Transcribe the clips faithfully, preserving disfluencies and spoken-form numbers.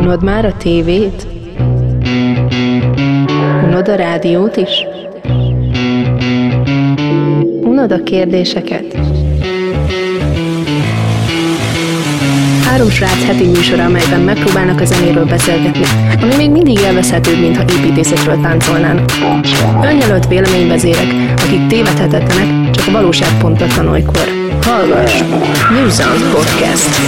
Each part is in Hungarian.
Unod már a tévét? Unod a rádiót is? Unod a kérdéseket? Három srác heti műsora, amelyben megpróbálnak a zenéről beszélgetni, ami még mindig élvezhetőbb, mintha építészetről táncolnának. Önjelölt véleményvezérek, akik tévedhetetlenek, csak a valóság pontatlan olykor. Hallgass! New Sound Podcast!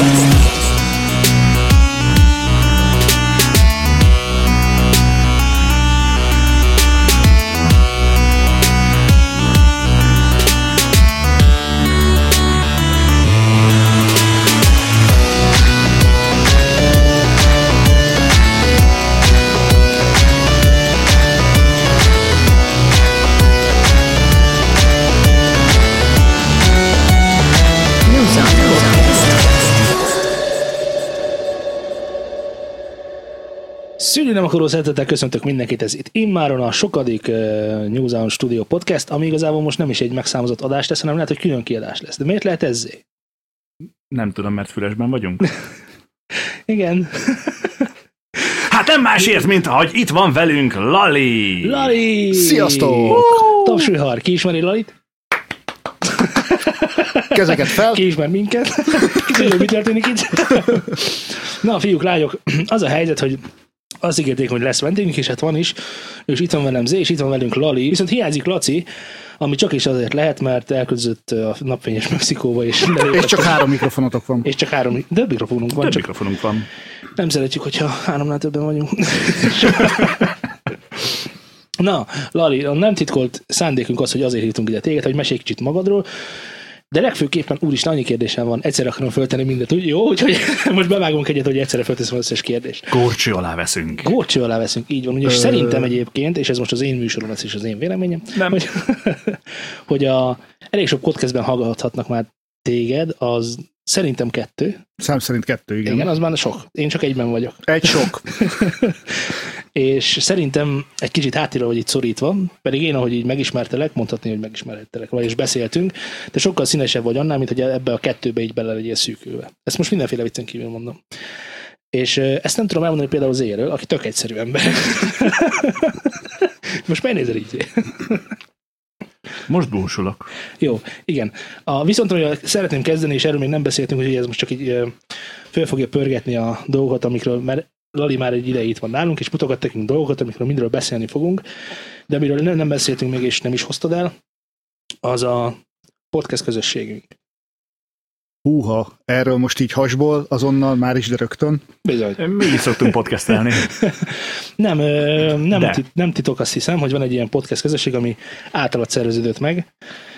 Szűnő nem akaró szeretettel köszöntök mindenkit, ez itt immáron a sokadik uh, New Sound Studio Podcast, ami igazából most nem is egy megszámozott adás lesz, hanem lehet, hogy külön kiadás lesz. De miért lehet ezzé? Nem tudom, mert fülesben vagyunk. Igen. Hát nem másért, mint ahogy itt van velünk Lali! Lali! Sziasztok! Tapsvihar, ki ismeri Lalit? Kezeket fel! Ki ismer minket? Kicsit, mi történik itt? Na, fiúk, lányok, az a helyzet, hogy azt ígérték, hogy lesz vendégünk, és hát van is, és itt van velem Zé, és itt van velünk Lali, viszont hiányzik Laci, ami csak is azért lehet, mert elköltözött a napfényes Mexikóba, és... És csak három mikrofonotok van. És csak három, több mikrofonunk van. Több csak mikrofonunk van. Nem szeretjük, hogyha háromnál többen vagyunk. Na, Lali, a nem titkolt szándékunk az, hogy azért hívtunk ide téged, hogy mesélj kicsit magadról, de legfőképpen, úristen, annyi kérdésem van, egyszerre akarom föltenni mindet, úgy jó? Úgyhogy most bevágunk egyet, hogy egyszerre fölteszem az összes kérdést. Górcső alá veszünk. Górcső alá veszünk, így van. És Ö... szerintem egyébként, és ez most az én műsorom lesz, és az én véleményem, nem. hogy, hogy a, elég sok podcastben hallgathatnak már téged, az szerintem kettő. Szám szerint kettő, igen. Igen, az már sok. Én csak egyben vagyok. Egy sok. És szerintem egy kicsit háttérre vagy itt szorítva, pedig én, ahogy így megismertelek, mondhatni, hogy megismerhettelek, vagy és beszéltünk, de sokkal színesebb vagy annál, mint hogy ebbe a kettőbe így bele legyél szűkülve. Ezt most mindenféle viccen kívül mondom. És ezt nem tudom elmondani például az éről, aki tök egyszerű ember. Most miért nézel így? Most búsulok. Jó, igen. A, viszont amivel szeretném kezdeni, és erről még nem beszéltünk, hogy ez most csak így föl fogja pörgetni a dolgokat, amikről, mert Lali már egy ideje itt van nálunk, és mutogat nekünk dolgokat, amikről mindről beszélni fogunk, de amiről nem, nem beszéltünk még, és nem is hoztad el, az a podcast közösségünk. Húha, erről most így hasból, azonnal már is, de rögtön. Bizony. Mi is szoktunk podcastelni. nem, nem, tit, nem titok, azt hiszem, hogy van egy ilyen podcast közösség, ami általad szerveződött meg,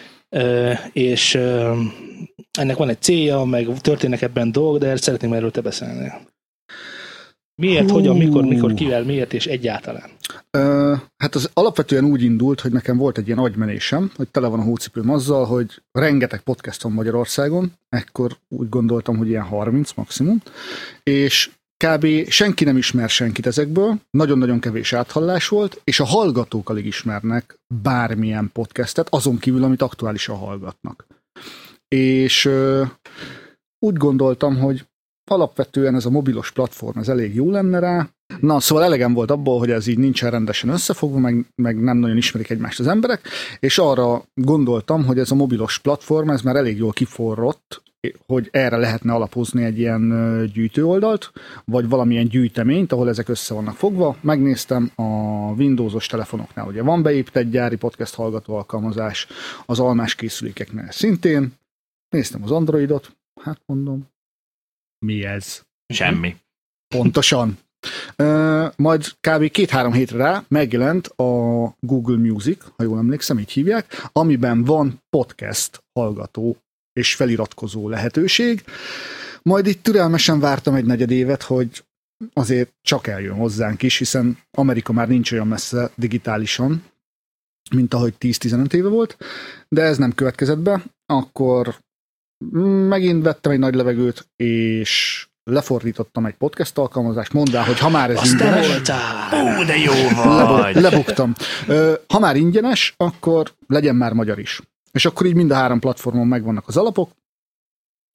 és ennek van egy célja, meg történnek ebben dolgok, de szeretném erről te beszélni. Miért, Hú. hogyan, mikor, mikor, kivel, miért és egyáltalán? Uh, hát az alapvetően úgy indult, hogy nekem volt egy ilyen agymenésem, hogy tele van a hócipőm azzal, hogy rengeteg podcast van Magyarországon, ekkor úgy gondoltam, hogy ilyen harminc maximum, és kb. Senki nem ismer senkit ezekből, nagyon-nagyon kevés áthallás volt, és a hallgatók alig ismernek bármilyen podcastet, azon kívül, amit aktuálisan hallgatnak. És uh, úgy gondoltam, hogy alapvetően ez a mobilos platform, ez elég jó lenne rá. Na, szóval elegem volt abból, hogy ez így nincsen rendesen összefogva, meg, meg nem nagyon ismerik egymást az emberek, és arra gondoltam, hogy ez a mobilos platform, ez már elég jól kiforrott, hogy erre lehetne alapozni egy ilyen gyűjtőoldalt, vagy valamilyen gyűjteményt, ahol ezek össze vannak fogva. Megnéztem a Windowsos telefonoknál, ugye van beépített gyári podcast hallgató alkalmazás, az almás készülékeknél szintén. Néztem az Androidot, hát mondom, mi ez? Semmi. Pontosan. Uh, majd kb. két-három hétre rá megjelent a Google Music, ha jól emlékszem, így hívják, amiben van podcast hallgató és feliratkozó lehetőség. Majd itt türelmesen vártam egy negyed évet, hogy azért csak eljön hozzánk is, hiszen Amerika már nincs olyan messze digitálisan, mint ahogy tíz-tizenöt éve volt, de ez nem következett be. Akkor megint vettem egy nagy levegőt, és lefordítottam egy podcast alkalmazást, mondd el, hogy ha már ez azt ingyenes... Ó, de jó vagy! Lebuktam. Ha már ingyenes, akkor legyen már magyar is. És akkor így mind a három platformon megvannak az alapok,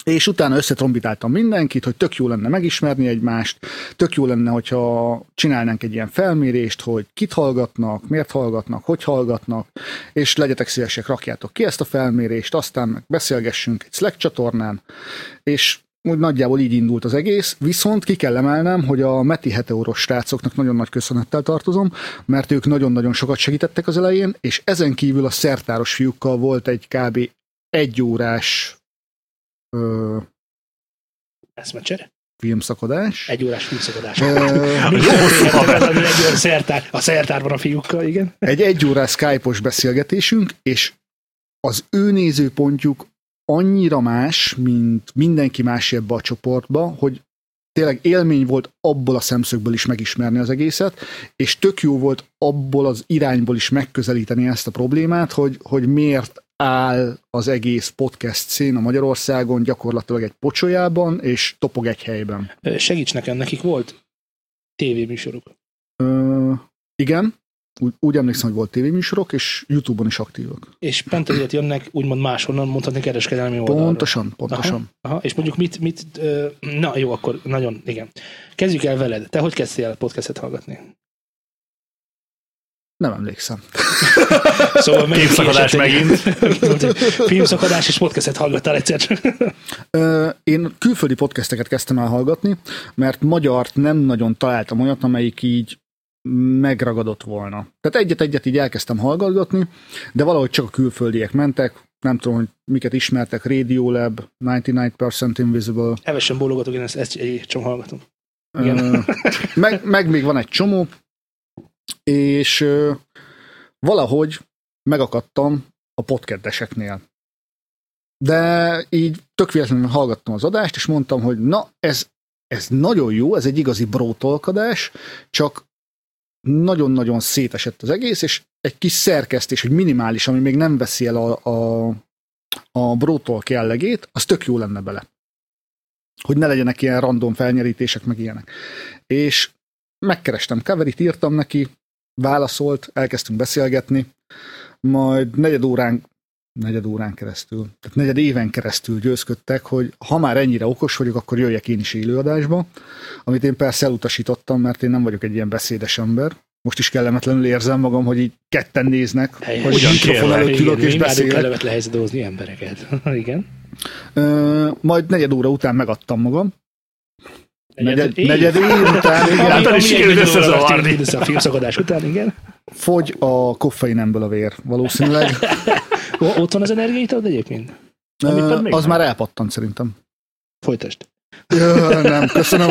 És utána összetrombitáltam mindenkit, hogy tök jó lenne megismerni egymást, tök jó lenne, hogyha csinálnánk egy ilyen felmérést, hogy kit hallgatnak, miért hallgatnak, hogy hallgatnak, és legyetek szívesek, rakjátok ki ezt a felmérést, aztán meg beszélgessünk egy Slack csatornán, és úgy nagyjából így indult az egész, viszont ki kell emelnem, hogy a Meti Heteoros srácoknak nagyon nagy köszönettel tartozom, mert ők nagyon-nagyon sokat segítettek az elején, és ezen kívül a szertáros fiúkkal volt egy kb. egy órás Ö... eszmecsere? Filmszakadás. Egy órás filmszakadás. Ö... szertár, a szertárban a fiúkkal, igen. Egy egy órás Skype-os beszélgetésünk, és az ő nézőpontjuk annyira más, mint mindenki más ebbe a csoportba, hogy tényleg élmény volt abból a szemszögből is megismerni az egészet, és tök jó volt abból az irányból is megközelíteni ezt a problémát, hogy, hogy miért áll az egész podcast szín a Magyarországon gyakorlatilag egy pocsolyában, és topog egy helyben. Segíts nekem, nekik volt tévéműsoruk. Ö, igen, úgy, úgy emlékszem, hogy volt tévéműsorok, és YouTube-on is aktívak. És pentezért jönnek úgymond máshonnan, mondhatni kereskedelmi oldalról. Pontosan, pontosan. Aha, aha, és mondjuk mit, mit ö, na jó, akkor nagyon, igen. Kezdjük el veled. Te hogy kezdtél el podcastet hallgatni? Nem emlékszem. Szóval Filmszakadás megint. Filmszakadás és podcastet hallgattál egyszer csak. Én külföldi podcasteket kezdtem el hallgatni, mert magyart nem nagyon találtam olyat, amelyik így megragadott volna. Tehát egyet-egyet így elkezdtem hallgatni, de valahogy csak a külföldiek mentek, nem tudom, hogy miket ismertek, Radiolab, ninety-nine percent Invisible. Hevesen bólogatok, én ezt, ezt egy csomó hallgatom. Igen. meg, meg még van egy csomó, és ö, valahogy megakadtam a podcatteseknél. De így tök véletlenül hallgattam az adást, és mondtam, hogy na, ez, ez nagyon jó, ez egy igazi brótolkadás, csak nagyon-nagyon szétesett az egész, és egy kis szerkesztés, egy minimális, ami még nem veszi el a, a, a brótolk jellegét, az tök jó lenne bele. Hogy ne legyenek ilyen random felnyerítések, meg ilyenek. És megkerestem Coverit, írtam neki, válaszolt, elkezdtünk beszélgetni, majd negyed órán, negyed órán keresztül, tehát negyed éven keresztül győzködtek, hogy ha már ennyire okos vagyok, akkor jöjjek én is élőadásba, amit én persze elutasítottam, mert én nem vagyok egy ilyen beszédes ember. Most is kellemetlenül érzem magam, hogy így ketten néznek, Helyes. hogy mikrofon előtt ülök és beszélek. Kellemetlen helyzetbe hozni embereket. Igen. Ö, majd negyed óra után megadtam magam. Negyed, negyed, negyed év után, igen. Hát is sikerült összezavarni. A filmszakadás után, igen. Fogy a koffeinemből a vér, valószínűleg. Ott van az energiaitad egyébként? Ö, az már elpattant szerintem. Folytasd. Jö, nem, köszönöm.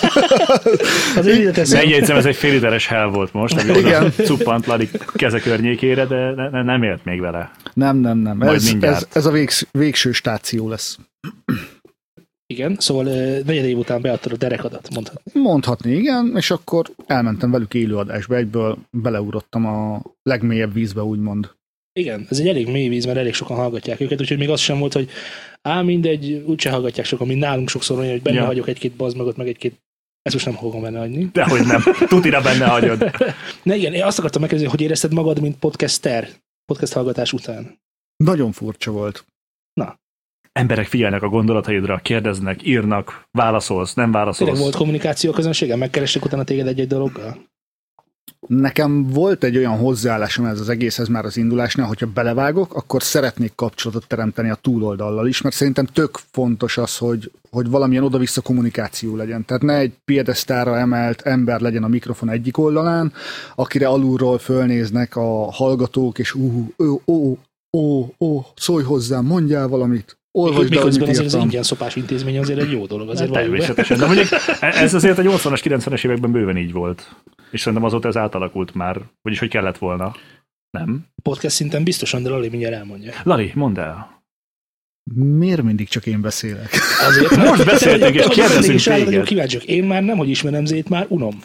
Megjegyzem, ez egy fél literes hell volt most, ami oda cuppant Lali keze környékére, de ne, ne, nem ért még vele. Nem, nem, nem. Ez, ez, ez a végs, végső stáció lesz. Igen, szóval negyed év után beadtad a derekadat, mondhatni. Mondhatni, igen, és akkor elmentem velük élőadásba, egyből beleugrottam a legmélyebb vízbe, úgymond. Igen, ez egy elég mély víz, mert elég sokan hallgatják őket, úgyhogy még az sem volt, hogy á, mindegy, úgyse hallgatják sokan, mint nálunk sokszor olyan, hogy benne ja. hagyok egy-két bazmagot, meg egy-két, ezt most nem fogom benne hagyni. Dehogy nem, tutira benne hagyod. Ne, igen, én azt akartam megkérdezni, hogy érezted magad, mint podcaster, podcast hallgatás után? Nagyon furcsa volt. Na. Emberek figyelnek a gondolataidra, kérdeznek, írnak, válaszolsz, nem válaszolsz. Tényleg volt kommunikáció a közönséggel? Megkerestek utána téged egy-egy dologgal? Nekem volt egy olyan hozzáállásom ez az egészhez már az indulásnál, hogyha belevágok, akkor szeretnék kapcsolatot teremteni a túloldallal is, mert szerintem tök fontos az, hogy, hogy valamilyen oda-vissza kommunikáció legyen. Tehát ne egy piedesztára emelt ember legyen a mikrofon egyik oldalán, akire alulról fölnéznek a hallgatók, és ú, ó, ó, ó, ó, szólj hozzám, mondjál valamit. Olvasd, miközben azért az ingyen szopás intézmény azért egy jó dolog. Azért természetesen, de mondjuk ez azért a nyolcvanas, kilencvenes években bőven így volt. És szerintem azóta ez átalakult már, vagyis hogy kellett volna. Nem? Podcast szinten biztosan, de Lali mindjárt elmondja. Lali, mondd el. Miért mindig csak én beszélek? Azért, most beszéltünk, és kérdezünk téged. Kíváncsiak. Én már nem, hogy ismerem Zét, már unom.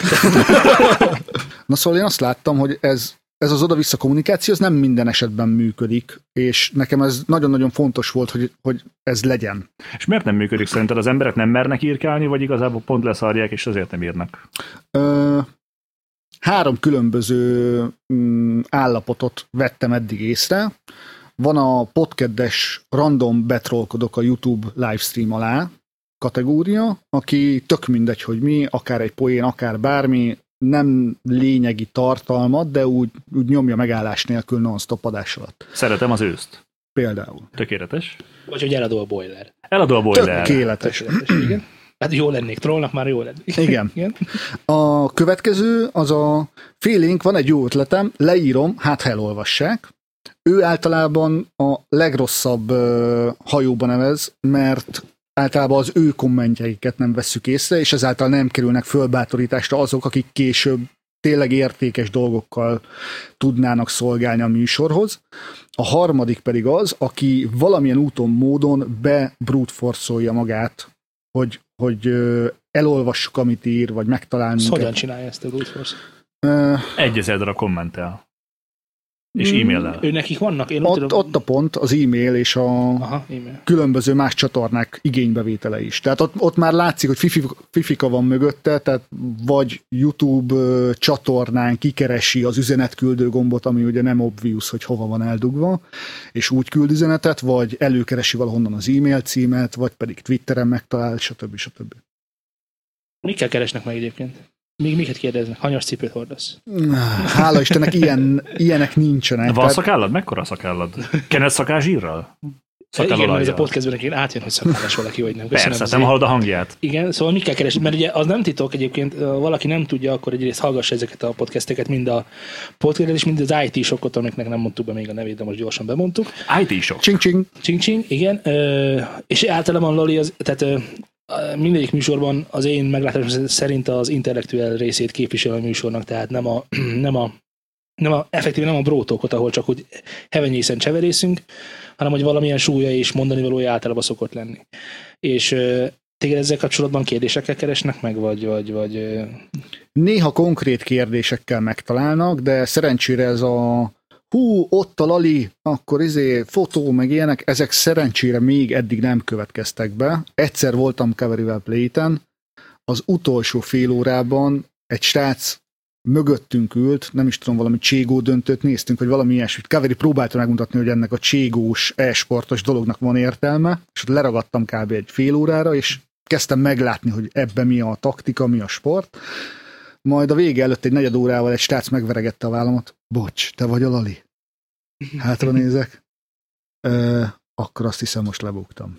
Na szóval én azt láttam, hogy ez Ez az oda-vissza kommunikáció, az nem minden esetben működik, és nekem ez nagyon-nagyon fontos volt, hogy, hogy ez legyen. És miért nem működik? Szerinted az emberek nem mernek írkálni, vagy igazából pont leszarják, és azért nem írnak? Ö, három különböző mm, állapotot vettem eddig észre. van a podcastes random betrollkodok a YouTube livestream alá kategória, aki tök mindegy, hogy mi, akár egy poén, akár bármi, nem lényegi tartalmat, de úgy, úgy nyomja megállás nélkül non-stop adás alatt. Szeretem az őszt. Például. Tökéletes. Vagy hogy eladó a boiler. Eladó a boiler. Tökéletes. Tökéletes, igen. Hát jó lennék trollnak, már jó lennék. Igen. igen. A következő az a félénk, van egy jó ötletem, leírom, hát ha elolvassák. Ő általában a legrosszabb uh, hajóba nevez, mert általában az ő kommentjeiket nem vesszük észre, és ezáltal nem kerülnek fölbátorításra azok, akik később tényleg értékes dolgokkal tudnának szolgálni a műsorhoz. A harmadik pedig az, aki valamilyen úton, módon be brute force-olja magát, hogy, hogy uh, elolvassuk, amit ír, vagy megtalálni. Ezt hogyan csinálja ezt a brute force? Uh, Egyezer darab kommentel. És e-maillel. Ő nekik vannak? Én ott, tudom... ott a pont, az e-mail és a Aha, e-mail. különböző más csatornák igénybevétele is. Tehát ott, ott már látszik, hogy fifi, fifika van mögötte, tehát vagy YouTube uh, csatornán kikeresi az üzenetküldő gombot, ami ugye nem obvious, hogy hova van eldugva, és úgy küld üzenetet, vagy előkeresi valahonnan az e-mail címet, vagy pedig Twitteren megtalál, stb. stb. Mikkel keresnek meg egyébként? Még miket kérdeznek? Hanyas cipőt hordasz? Hála Istennek, ilyen, ilyenek nincsenek. Van Tehát... szakállad? Mekkora szakállad? Kened szakázsírral? Igen, mert ez a podcastben én átjön, hogy szakállas valaki, vagy nem. Köszönöm. Persze, nem hallod a hangját. Igen, szóval mit kell keresni? Mert ugye az nem titok egyébként, valaki nem tudja, akkor egyrészt hallgassa ezeket a podcasteket, mind a podcastet és mind az i té-sokot, amiknek nem mondtuk be még a nevét, de most gyorsan bemondtuk. i té-sok. Csing-csing. Csing-csing, igen. És általában Lali, az, tehát mindegyik műsorban az én meglátásom szerint az intellektuál részét képvisel a műsornak, tehát nem a, nem a, nem a effektíve nem a brótókot, ahol csak úgy hevenyészen cseverészünk, hanem hogy valamilyen súlya és mondani valója általában szokott lenni. És téged ezzel kapcsolatban kérdésekkel keresnek meg, vagy... vagy, vagy Néha konkrét kérdésekkel megtalálnak, de szerencsére ez a hú, ott a Lali, akkor izé fotó, meg ilyenek, ezek szerencsére még eddig nem következtek be. Egyszer voltam Kaverivel Play-ten, az utolsó fél órában egy srác mögöttünk ült, nem is tudom, valami cségó döntőt néztünk, hogy valami ilyesmit. Kaveri próbálta megmutatni, hogy ennek a cségós, e-sportos dolognak van értelme, és ott leragadtam kb. Egy fél órára, és kezdtem meglátni, hogy ebben mi a taktika, mi a sport. Majd a vége előtt egy negyed órával egy srác megveregette a vállamat. Bocs, te vagy a Lali? Hátra nézek. Ö, akkor azt hiszem, most lebuktam.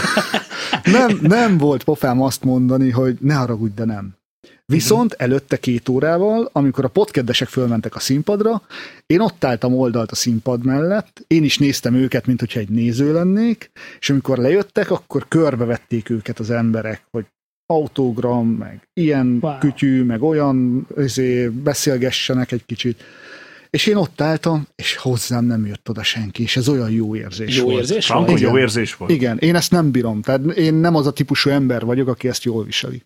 nem, nem volt pofám azt mondani, hogy ne haragudj, de nem. Viszont előtte két órával, amikor a podcastesek fölmentek a színpadra, én ott álltam oldalt a színpad mellett, én is néztem őket, mint hogyha egy néző lennék, és amikor lejöttek, akkor körbevették őket az emberek, hogy autogram, meg ilyen wow. kütyű, meg olyan, azért beszélgessenek egy kicsit. És én ott álltam, és hozzám nem jött oda senki, és ez olyan jó érzés jó volt. Érzés Franko, volt? jó érzés volt? Igen, én ezt nem bírom. Tehát én nem az a típusú ember vagyok, aki ezt jól viseli.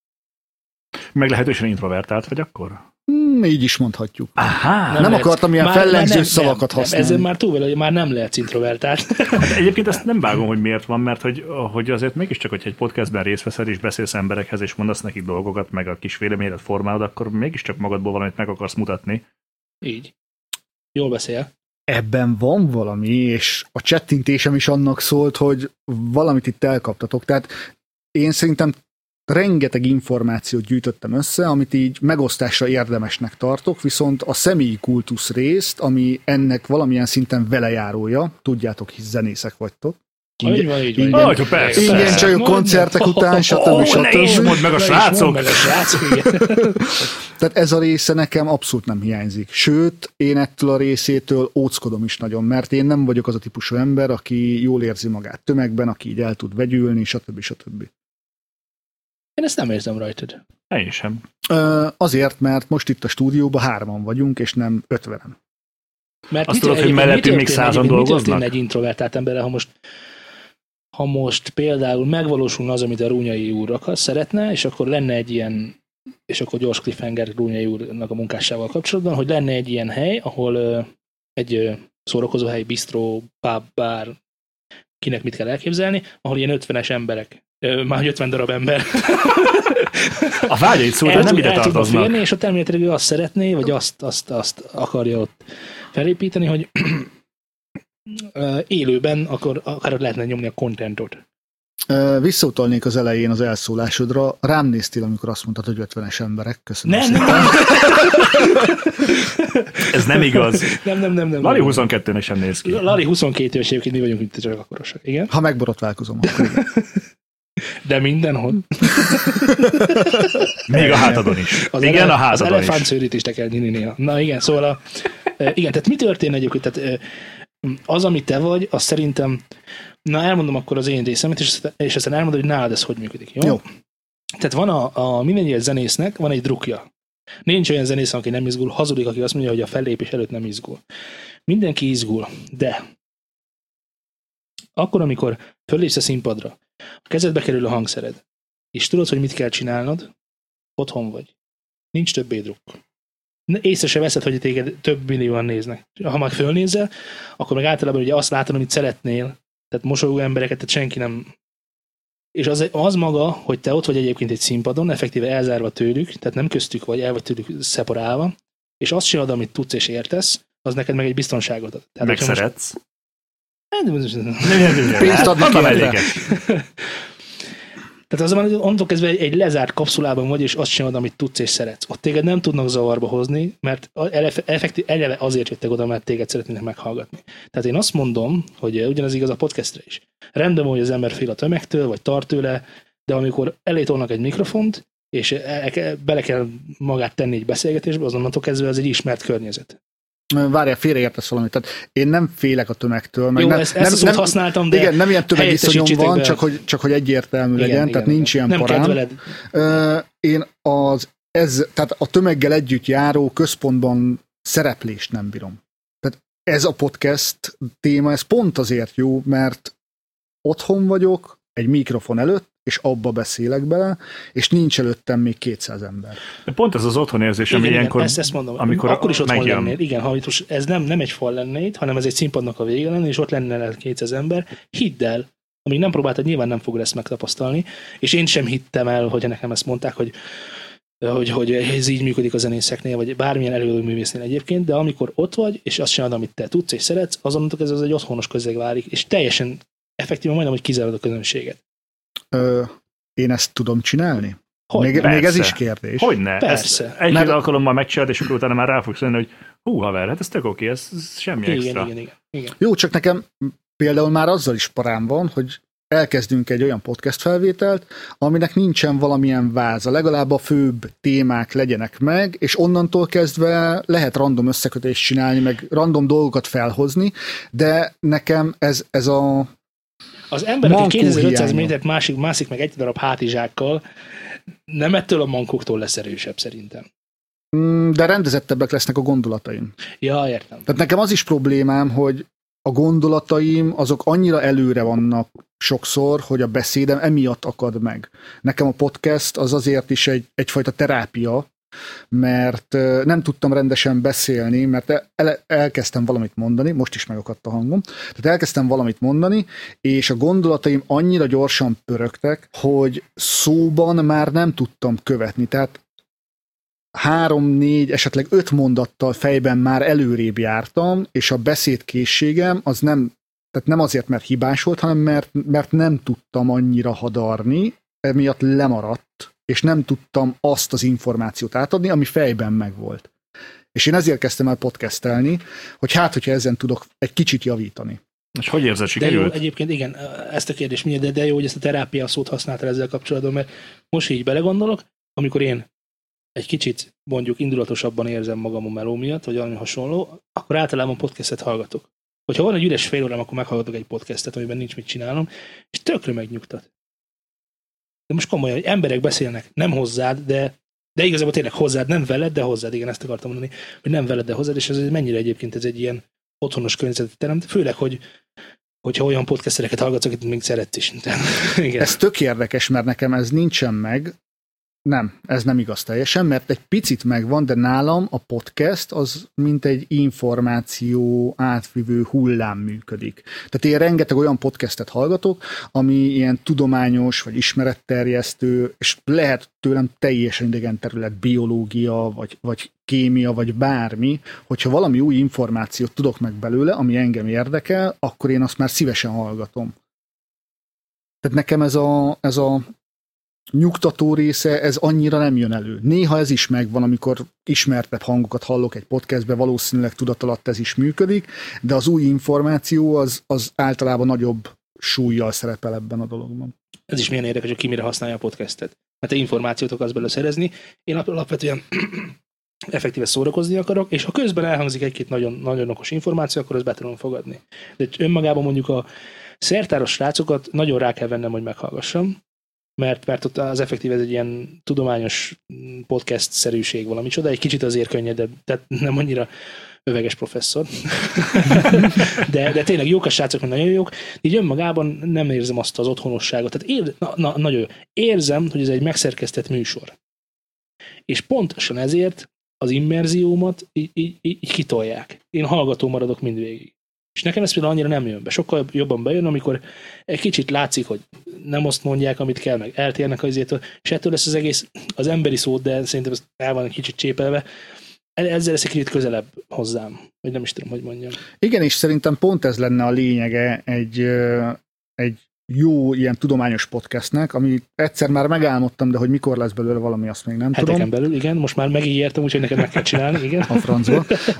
Meglehetősen introvertált vagy akkor? Hmm, így is mondhatjuk. Aha, nem, nem akartam ilyen már, fellengző már nem, szavakat nem, használni. Ezzel már túl vele, hogy már nem lehetsz introvertált. Hát egyébként ezt nem vágom, hogy miért van, mert hogy, hogy azért mégiscsak, hogyha egy podcastben részt veszel és beszélsz emberekhez, és mondasz nekik dolgokat, meg a kis véleményedet formálod, akkor mégiscsak magadból valamit meg akarsz mutatni. Így. Jól beszél. Ebben van valami, és a csettintésem is annak szólt, hogy valamit itt elkaptatok. Tehát én szerintem rengeteg információt gyűjtöttem össze, amit így megosztásra érdemesnek tartok, viszont a személyi kultusz részt, ami ennek valamilyen szinten velejárója, tudjátok, hisz zenészek vagytok. Ingyen, így van, így van. ingyen, Oh, persze, ingyen persze. csajok koncertek után, stb. Ó, stb. ne is mondd meg a srácok! Meg a srácok, igen. Tehát ez a része nekem abszolút nem hiányzik. Sőt, én ettől a részétől óckodom is nagyon, mert én nem vagyok az a típusú ember, aki jól érzi magát tömegben, aki így el tud vegyülni, stb. stb. Én ezt nem érzem rajtad. Én sem. Azért, mert most itt a stúdióban hárman vagyunk, és nem ötvenen. Mert Azt mit, tudod, hogy mellettünk még százan dolgoznak? Mi történne egy introvertált emberrel, ha most, ha most például megvalósulna az, amit a Rúnyai úr akar, szeretne, és akkor lenne egy ilyen, és akkor gyors cliffhanger Rúnyai úrnak a munkásával kapcsolatban, hogy lenne egy ilyen hely, ahol uh, egy uh, szórakozó hely, bistró, pub, bár, kinek mit kell elképzelni, ahol ilyen ötvenes emberek, uh, már ötven darab ember. A vágyait szóval nem ide tartoznak. Férni, és ott elméletileg ő azt szeretné, vagy azt, azt, azt akarja ott felépíteni, hogy élőben, akkor akár lehetne nyomni a contentot. Visszautalnék az elején az elszólásodra. Rám néztél, amikor azt mondtad, hogy ötvenes emberek. Köszönöm nem, szépen. Nem, Ez nem igaz. Nem, nem, nem. nem Lali huszonkettőnek sem néz ki. Lali huszonkettő éves egyébként, mi vagyunk, mint csak akkorosak. Igen? Ha megborotválkozom, akkor igen. De mindenhol. Még a hátadon is. Az igen, ele- a hátadon az is. elefántszőrét is te kell nyílni néha. Na igen, szóval a, igen, tehát mi történne egyébként? Tehát az, ami te vagy, az szerintem, na elmondom akkor az én részemet, és, és aztán elmondom, hogy nálad ez hogy működik. Jó? Jó. Tehát van a, a minden egyes zenésznek, van egy drukja. Nincs olyan zenész, aki nem izgul, hazudik, aki azt mondja, hogy a fellépés előtt nem izgul. Mindenki izgul, de akkor, amikor fölépsz a színpadra, a kezedbe kerül a hangszered, és tudod, hogy mit kell csinálnod, otthon vagy. Nincs többé druk. Észre se veszed, hogy téged több millióan néznek. Ha már fölnézel, akkor meg általában ugye azt látod, amit szeretnél, tehát mosolygó embereket, tehát senki nem. És az, az maga, hogy te ott vagy egyébként egy színpadon, effektíve elzárva tőlük, tehát nem köztük vagy, el vagy tőlük szeparálva, és azt csinálod, amit tudsz és értesz, az neked meg egy biztonságot ad. Tehát, meg szeretsz. Most... Pénzt adnak érte. Tehát azonban onnantól kezdve egy, egy lezárt kapszulában vagy, és azt csinálod, amit tudsz és szeretsz. Ott téged nem tudnak zavarba hozni, mert effektív, eleve azért jöttek oda, mert téged szeretnének meghallgatni. Tehát én azt mondom, hogy ugyanaz igaz a podcastre is. Rendben van, hogy az ember fél a tömegtől, vagy tart tőle, de amikor elé tolnak egy mikrofont, és bele kell magát tenni egy beszélgetésbe, azonnantól kezdve az egy ismert környezet. Várjál, félreértesz valamit. Tehát én nem félek a tömegtől. Meg Jó, nem, ezt, nem, ezt az nem, használtam, de igen, nem ilyen tömegiszonyom van, csak hogy, csak hogy egyértelmű igen, legyen, igen, tehát igen, nincs igen. ilyen nem parám. Kedveled. Uh, én az, ez, tehát a tömeggel együtt járó központban szereplést nem bírom. Tehát ez a podcast téma, ez pont azért jó, mert otthon vagyok, egy mikrofon előtt, és abba beszélek bele, és nincs előttem még kétszáz ember. Pont ez az otthonérzés, Igen, ami igen, ilyenkor, ezt, ezt mondom. amikor akkor is otthon megjön. lennéd. Igen, ha most ez nem, nem egy fal lennéd, hanem ez egy színpadnak a vége lenne, és ott lenne kétszáz ember. Hidd el, amíg nem próbáltad, nyilván nem fogod ezt megtapasztalni, és én sem hittem el, hogy nekem ezt mondták, hogy, hogy, hogy ez így működik a zenészeknél, vagy bármilyen előadó művésznél egyébként, de amikor ott vagy, és azt csinálod, amit te tudsz és szeretsz, azonnantól ez az egy otthonos közeg válik, és teljesen effektíven majdnem, hogy kizárod a közönséget. Ö, én ezt tudom csinálni? Hogy még, még ez is kérdés. Hogyne? Persze. Egy Mert... alkalommal megcsinálod, és akkor utána már rá fogsz lenni, hogy hú, haver, hát ez tök oké, ez, ez semmi igen, extra. Igen, igen, igen. Jó, csak nekem például már azzal is parám van, hogy elkezdünk egy olyan podcast felvételt, aminek nincsen valamilyen váza, legalább a főbb témák legyenek meg, és onnantól kezdve lehet random összekötést csinálni, meg random dolgokat felhozni, de nekem ez, ez a az ember, aki kétezer-ötszáz hiánya. métert másik, mászik meg egy darab hátizsákkal, nem ettől a mankóktól lesz erősebb szerintem. De rendezettebbek lesznek a gondolataim. Ja, értem. Tehát nekem az is problémám, hogy a gondolataim azok annyira előre vannak sokszor, hogy a beszédem emiatt akad meg. Nekem a podcast az azért is egy, egyfajta terápia, mert nem tudtam rendesen beszélni, mert el, elkezdtem valamit mondani, most is megakadt a hangom, tehát elkezdtem valamit mondani, és a gondolataim annyira gyorsan pörögtek, hogy szóban már nem tudtam követni, tehát három, négy, esetleg öt mondattal fejben már előrébb jártam, és a beszédkészségem az nem, tehát nem azért, mert hibás volt, hanem mert, mert nem tudtam annyira hadarni, emiatt lemaradt, és nem tudtam azt az információt átadni, ami fejben megvolt. És én ezért kezdtem el podcastelni, hogy hát, hogyha ezen tudok egy kicsit javítani. És hogy érzed, De sikerült? jó, egyébként igen, ezt a kérdést mindjárt, de, de jó, hogy ezt a terápia szót használtál ezzel kapcsolatban, mert most így belegondolok, amikor én egy kicsit mondjuk indulatosabban érzem magam a meló miatt, vagy valami hasonló, akkor általában podcastet hallgatok. Hogyha van egy üres fél órám, akkor meghallgatok egy podcastet, amiben nincs mit csinálnom, és tökre megnyugtat. De most komolyan, hogy emberek beszélnek, nem hozzád, de, de igazából tényleg hozzád, nem veled, de hozzád, igen, ezt akartam mondani, hogy nem veled, de hozzád, és ez mennyire egyébként ez egy ilyen otthonos környezetet teremt, főleg, hogy hogyha olyan podcastereket hallgatsz, akit még szeretsz is. Igen. Ez tök érdekes, mert nekem ez nincsen meg, Nem, ez nem igaz teljesen, mert egy picit megvan, de nálam a podcast az mint egy információ átvivő hullám működik. Tehát én rengeteg olyan podcastet hallgatok, ami ilyen tudományos, vagy ismeretterjesztő, és lehet tőlem teljesen idegen terület, biológia, vagy, vagy kémia, vagy bármi, hogyha valami új információt tudok meg belőle, ami engem érdekel, akkor én azt már szívesen hallgatom. Tehát nekem ez a, ez a nyugtató része, ez annyira nem jön elő. Néha ez is megvan, amikor ismertebb hangokat hallok egy podcastbe, valószínűleg tudatalatt ez is működik, de az új információ az, az általában nagyobb súllyal szerepel ebben a dologban. Ez is milyen érdekes, hogy ki mire használja a podcastet. Mert te információt akarsz belőle szerezni, én alapvetően effektíve szórakozni akarok, és ha közben elhangzik egy-két nagyon, nagyon okos információ, akkor ezt be tudom fogadni. De önmagában mondjuk a szertáros srácokat nagyon rá kell vennem, hogy meghallgassam, mert, mert ott az effektív ez egy ilyen tudományos podcast-szerűség valamicsoda, egy kicsit azért könnyedebb, tehát nem annyira öveges professzor. de, de tényleg jók a srácok, mert nagyon jók, így önmagában nem érzem azt az otthonosságot. Tehát ér, na, na, nagyon jó. Érzem, hogy ez egy megszerkesztett műsor. És pontosan ezért az immerziómat így, így, így kitolják. Én hallgató maradok mindvégig. És nekem ez például annyira nem jön be. Sokkal jobban bejön, amikor egy kicsit látszik, hogy nem azt mondják, amit kell, meg eltérnek azért, és ettől lesz az egész, az emberi szót, de szerintem ez el van egy kicsit csépelve, ezzel lesz egy kicsit közelebb hozzám, vagy nem is tudom, hogy mondjam. Igen, és szerintem pont ez lenne a lényege egy, egy jó ilyen tudományos podcastnek, ami egyszer már megálmodtam, de hogy mikor lesz belőle valami, azt még nem Heteken tudom. belül, igen, most már megígértem, úgyhogy neked meg kell csinálni, igen. A francba.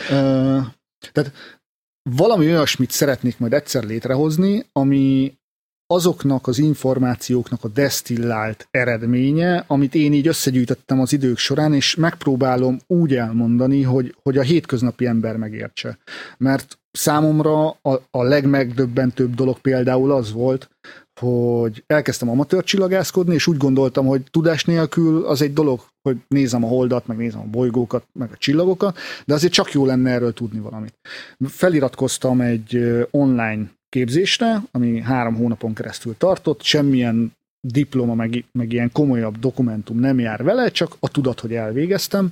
Tehát valami olyasmit szeretnék majd egyszer létrehozni, ami azoknak az információknak a desztillált eredménye, amit én így összegyűjtöttem az idők során, és megpróbálom úgy elmondani, hogy, hogy a hétköznapi ember megértse. Mert számomra a, a legmegdöbbentőbb dolog például az volt, hogy elkezdtem amatőr csillagászkodni, és úgy gondoltam, hogy tudás nélkül az egy dolog, hogy nézem a holdat, meg nézem a bolygókat, meg a csillagokat, de azért csak jó lenne erről tudni valamit. Feliratkoztam egy online képzésre, ami három hónapon keresztül tartott, semmilyen diploma, meg, meg ilyen komolyabb dokumentum nem jár vele, csak a tudat, hogy elvégeztem,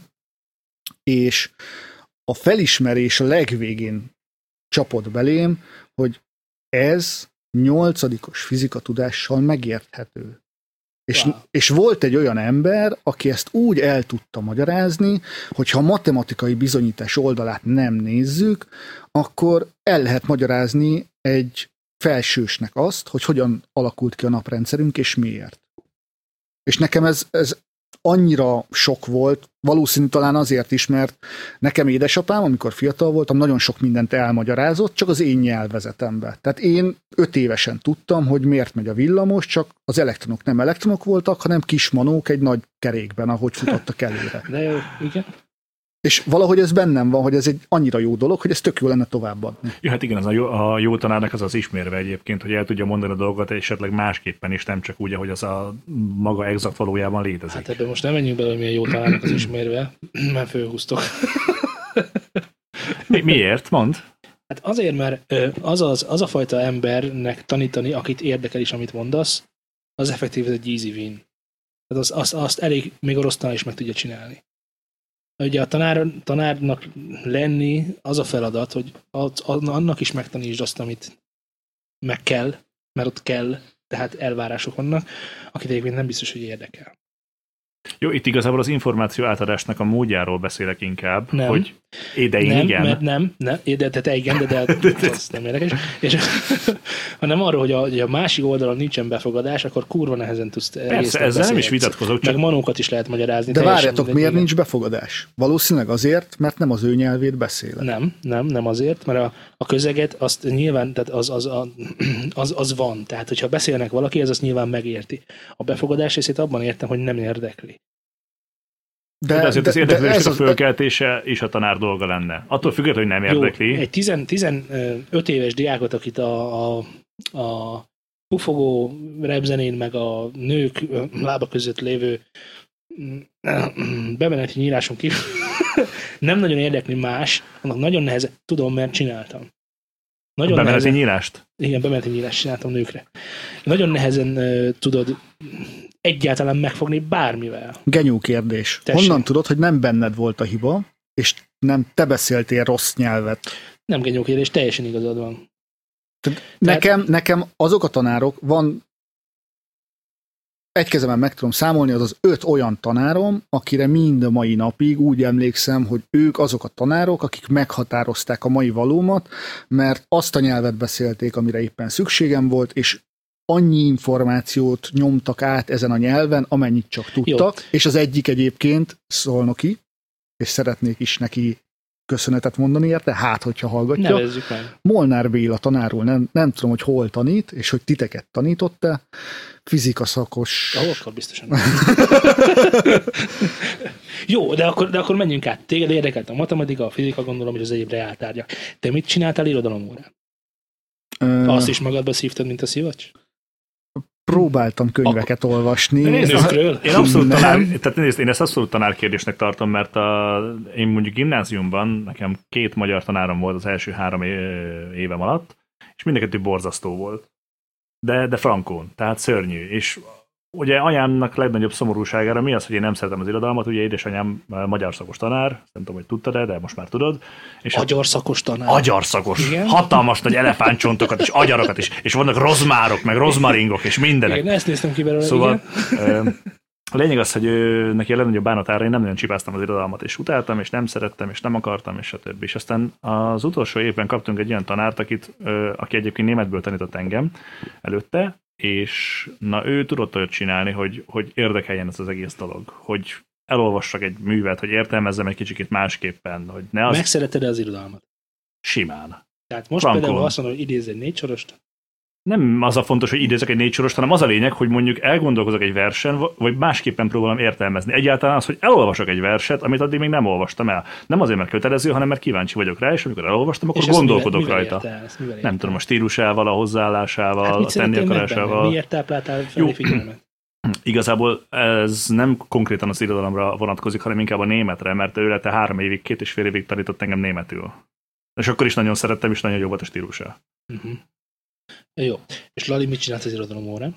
és a felismerés a legvégén csapott belém, hogy ez nyolcadikos fizikatudással megérthető. És, wow. és volt egy olyan ember, aki ezt úgy el tudta magyarázni, hogy ha matematikai bizonyítás oldalát nem nézzük, akkor el lehet magyarázni egy felsősnek azt, hogy hogyan alakult ki a naprendszerünk, és miért. És nekem ez, ez annyira sok volt, valószínű talán azért is, mert nekem édesapám, amikor fiatal voltam, nagyon sok mindent elmagyarázott, csak az én nyelvezetembe. Tehát én öt évesen tudtam, hogy miért megy a villamos, csak az elektronok nem elektronok voltak, hanem kis manók egy nagy kerékben, ahogy futottak előre. De jó, igen. És valahogy ez bennem van, hogy ez egy annyira jó dolog, hogy ez tök jó lenne továbbadni. Ja, hát igen, az a jó, a jó tanárnak az az ismérve egyébként, hogy el tudja mondani a dolgokat, és esetleg másképpen is, nem csak úgy, ahogy az a maga exakt valójában létezik. Hát ebben most nem menjünk bele, hogy milyen jó tanárnak az ismérve, mert fölhúztok. Mi, miért? Mondd. Hát azért, mert az, az, az a fajta embernek tanítani, akit érdekel is, amit mondasz, az effektív egy easy win. Tehát az, az, azt elég, még orosz tanár is meg tudja csinálni. Ugye a tanár, tanárnak lenni az a feladat, hogy az, annak is megtanítsd azt, amit meg kell, mert ott kell, tehát elvárások vannak, akit egyébként nem biztos, hogy érdekel. Jó, itt igazából az információ átadásnak a módjáról beszélek inkább, nem. hogy édein nem, igen. Mert nem, nem, de, de te igen, de, de az nem érdekes. És, hanem arról, hogy a, hogy a másik oldalon nincsen befogadás, akkor kurva nehezen tudsz Persze, ezzel nem is vitatkozok. Csak... Meg manókat is lehet magyarázni. De várjatok, miért igen. nincs befogadás? Valószínűleg azért, mert nem az ő nyelvét beszél. Nem, nem, nem azért, mert a, a közeget azt nyilván, tehát az, az, az, az, az van. Tehát, hogyha beszélnek valaki, ez azt nyilván megérti. A befogadás részét abban értem, hogy nem érdekli. De, de azért de, az érdeklődésnek a fölkeltése is a tanár dolga lenne. Attól függetlenül, hogy nem jó, érdekli. Egy tizenöt éves diákot, akit a, a, a pufogó repzenén, meg a nők lába között lévő bemeneti nyíláson kívül nem nagyon érdekli más, annak nagyon nehezen, tudom, mert csináltam. Nagyon a bemeneti nehezen, nyílást? Igen, bemeneti nyílást csináltam nőkre. Nagyon nehezen uh, tudod egyáltalán megfogni bármivel. Genyó kérdés. Tessék. Honnan tudod, hogy nem benned volt a hiba, és nem te beszéltél rossz nyelvet? Nem genyó kérdés, teljesen igazad van. Tehát nekem, nekem azok a tanárok, van egy kezemen meg tudom számolni, az az öt olyan tanárom, akire mind a mai napig úgy emlékszem, hogy ők azok a tanárok, akik meghatározták a mai valómat, mert azt a nyelvet beszélték, amire éppen szükségem volt, és annyi információt nyomtak át ezen a nyelven, amennyit csak tudtak, jó. És az egyik egyébként Szolnoki, és szeretnék is neki köszönetet mondani érte, hát, hogyha hallgatja. Nevezzük meg. Molnár Béla tanárul, nem, nem tudom, hogy hol tanít, és hogy titeket tanított-e, fizika szakos. Ahol akkor biztosan. Jó, de akkor, de akkor menjünk át. Téged érdekelt a matematika, a fizika, gondolom, és az egyéb reáltárgyak. Te mit csináltál irodalomórán? Ö... Azt is magadba szívtad, mint a szivacs? Próbáltam könyveket akkor... olvasni. Nézd, én abszolút tanár, tehát nézd, én ezt abszolút tanárkérdésnek tartom, mert a, én mondjuk gimnáziumban nekem két magyar tanárom volt az első három évem alatt, és mindenkettő borzasztó volt. De, de frankón, tehát szörnyű. És ugye anyámnak legnagyobb szomorúságára mi az, hogy én nem szeretem az irodalmat, ugye édesanyám magyar szakos tanár, nem tudom, hogy tudtad-e, de most már tudod. És agyar szakos tanár. Agyar szakos. Igen? Hatalmas nagy elefántcsontokat és agyarokat is, és vannak rozmárok, meg rozmaringok, és mindenek. Igen, ezt néztem ki belőle. Szóval a lényeg az, hogy ő, neki a legnagyobb bánatára én nem nagyon csipáztam az irodalmat, és utáltam, és nem szerettem, és nem akartam, és stb. És aztán az utolsó évben kaptunk egy olyan tanárt, akit, aki egyébként németből tanított engem előtte, és na ő tudott olyat csinálni, hogy, hogy érdekeljen ez az egész dolog, hogy elolvassak egy művet, hogy értelmezzem egy kicsit másképpen, hogy ne az... Megszereted-e az irodalmat? Simán. Tehát most Frankon. Például azt mondom, hogy idézz egy négy sorost? Nem az a fontos, hogy idézek egy négy sorost, hanem az a lényeg, hogy mondjuk elgondolkozok egy versen, vagy másképpen próbálom értelmezni. Egyáltalán az, hogy elolvasok egy verset, amit addig még nem olvastam el. Nem azért, mert kötelező, hanem mert kíváncsi vagyok rá, és amikor elolvastam, akkor és gondolkodok mivel, mivel rajta. Értelsz, mivel nem tudom, a stílusával, a hozzáállásával, hát a tenni akarásával. Miért tápláltál felé figyelmet? Igazából ez nem konkrétan az irodalomra vonatkozik, hanem inkább a németre, mert ő lett három évig, két és fél évig tanított engem németül. És akkor is nagyon szerettem, és nagyon jó volt a stílusa. Uh-huh. Jó. És Lali, mit csinált az irodalom órán?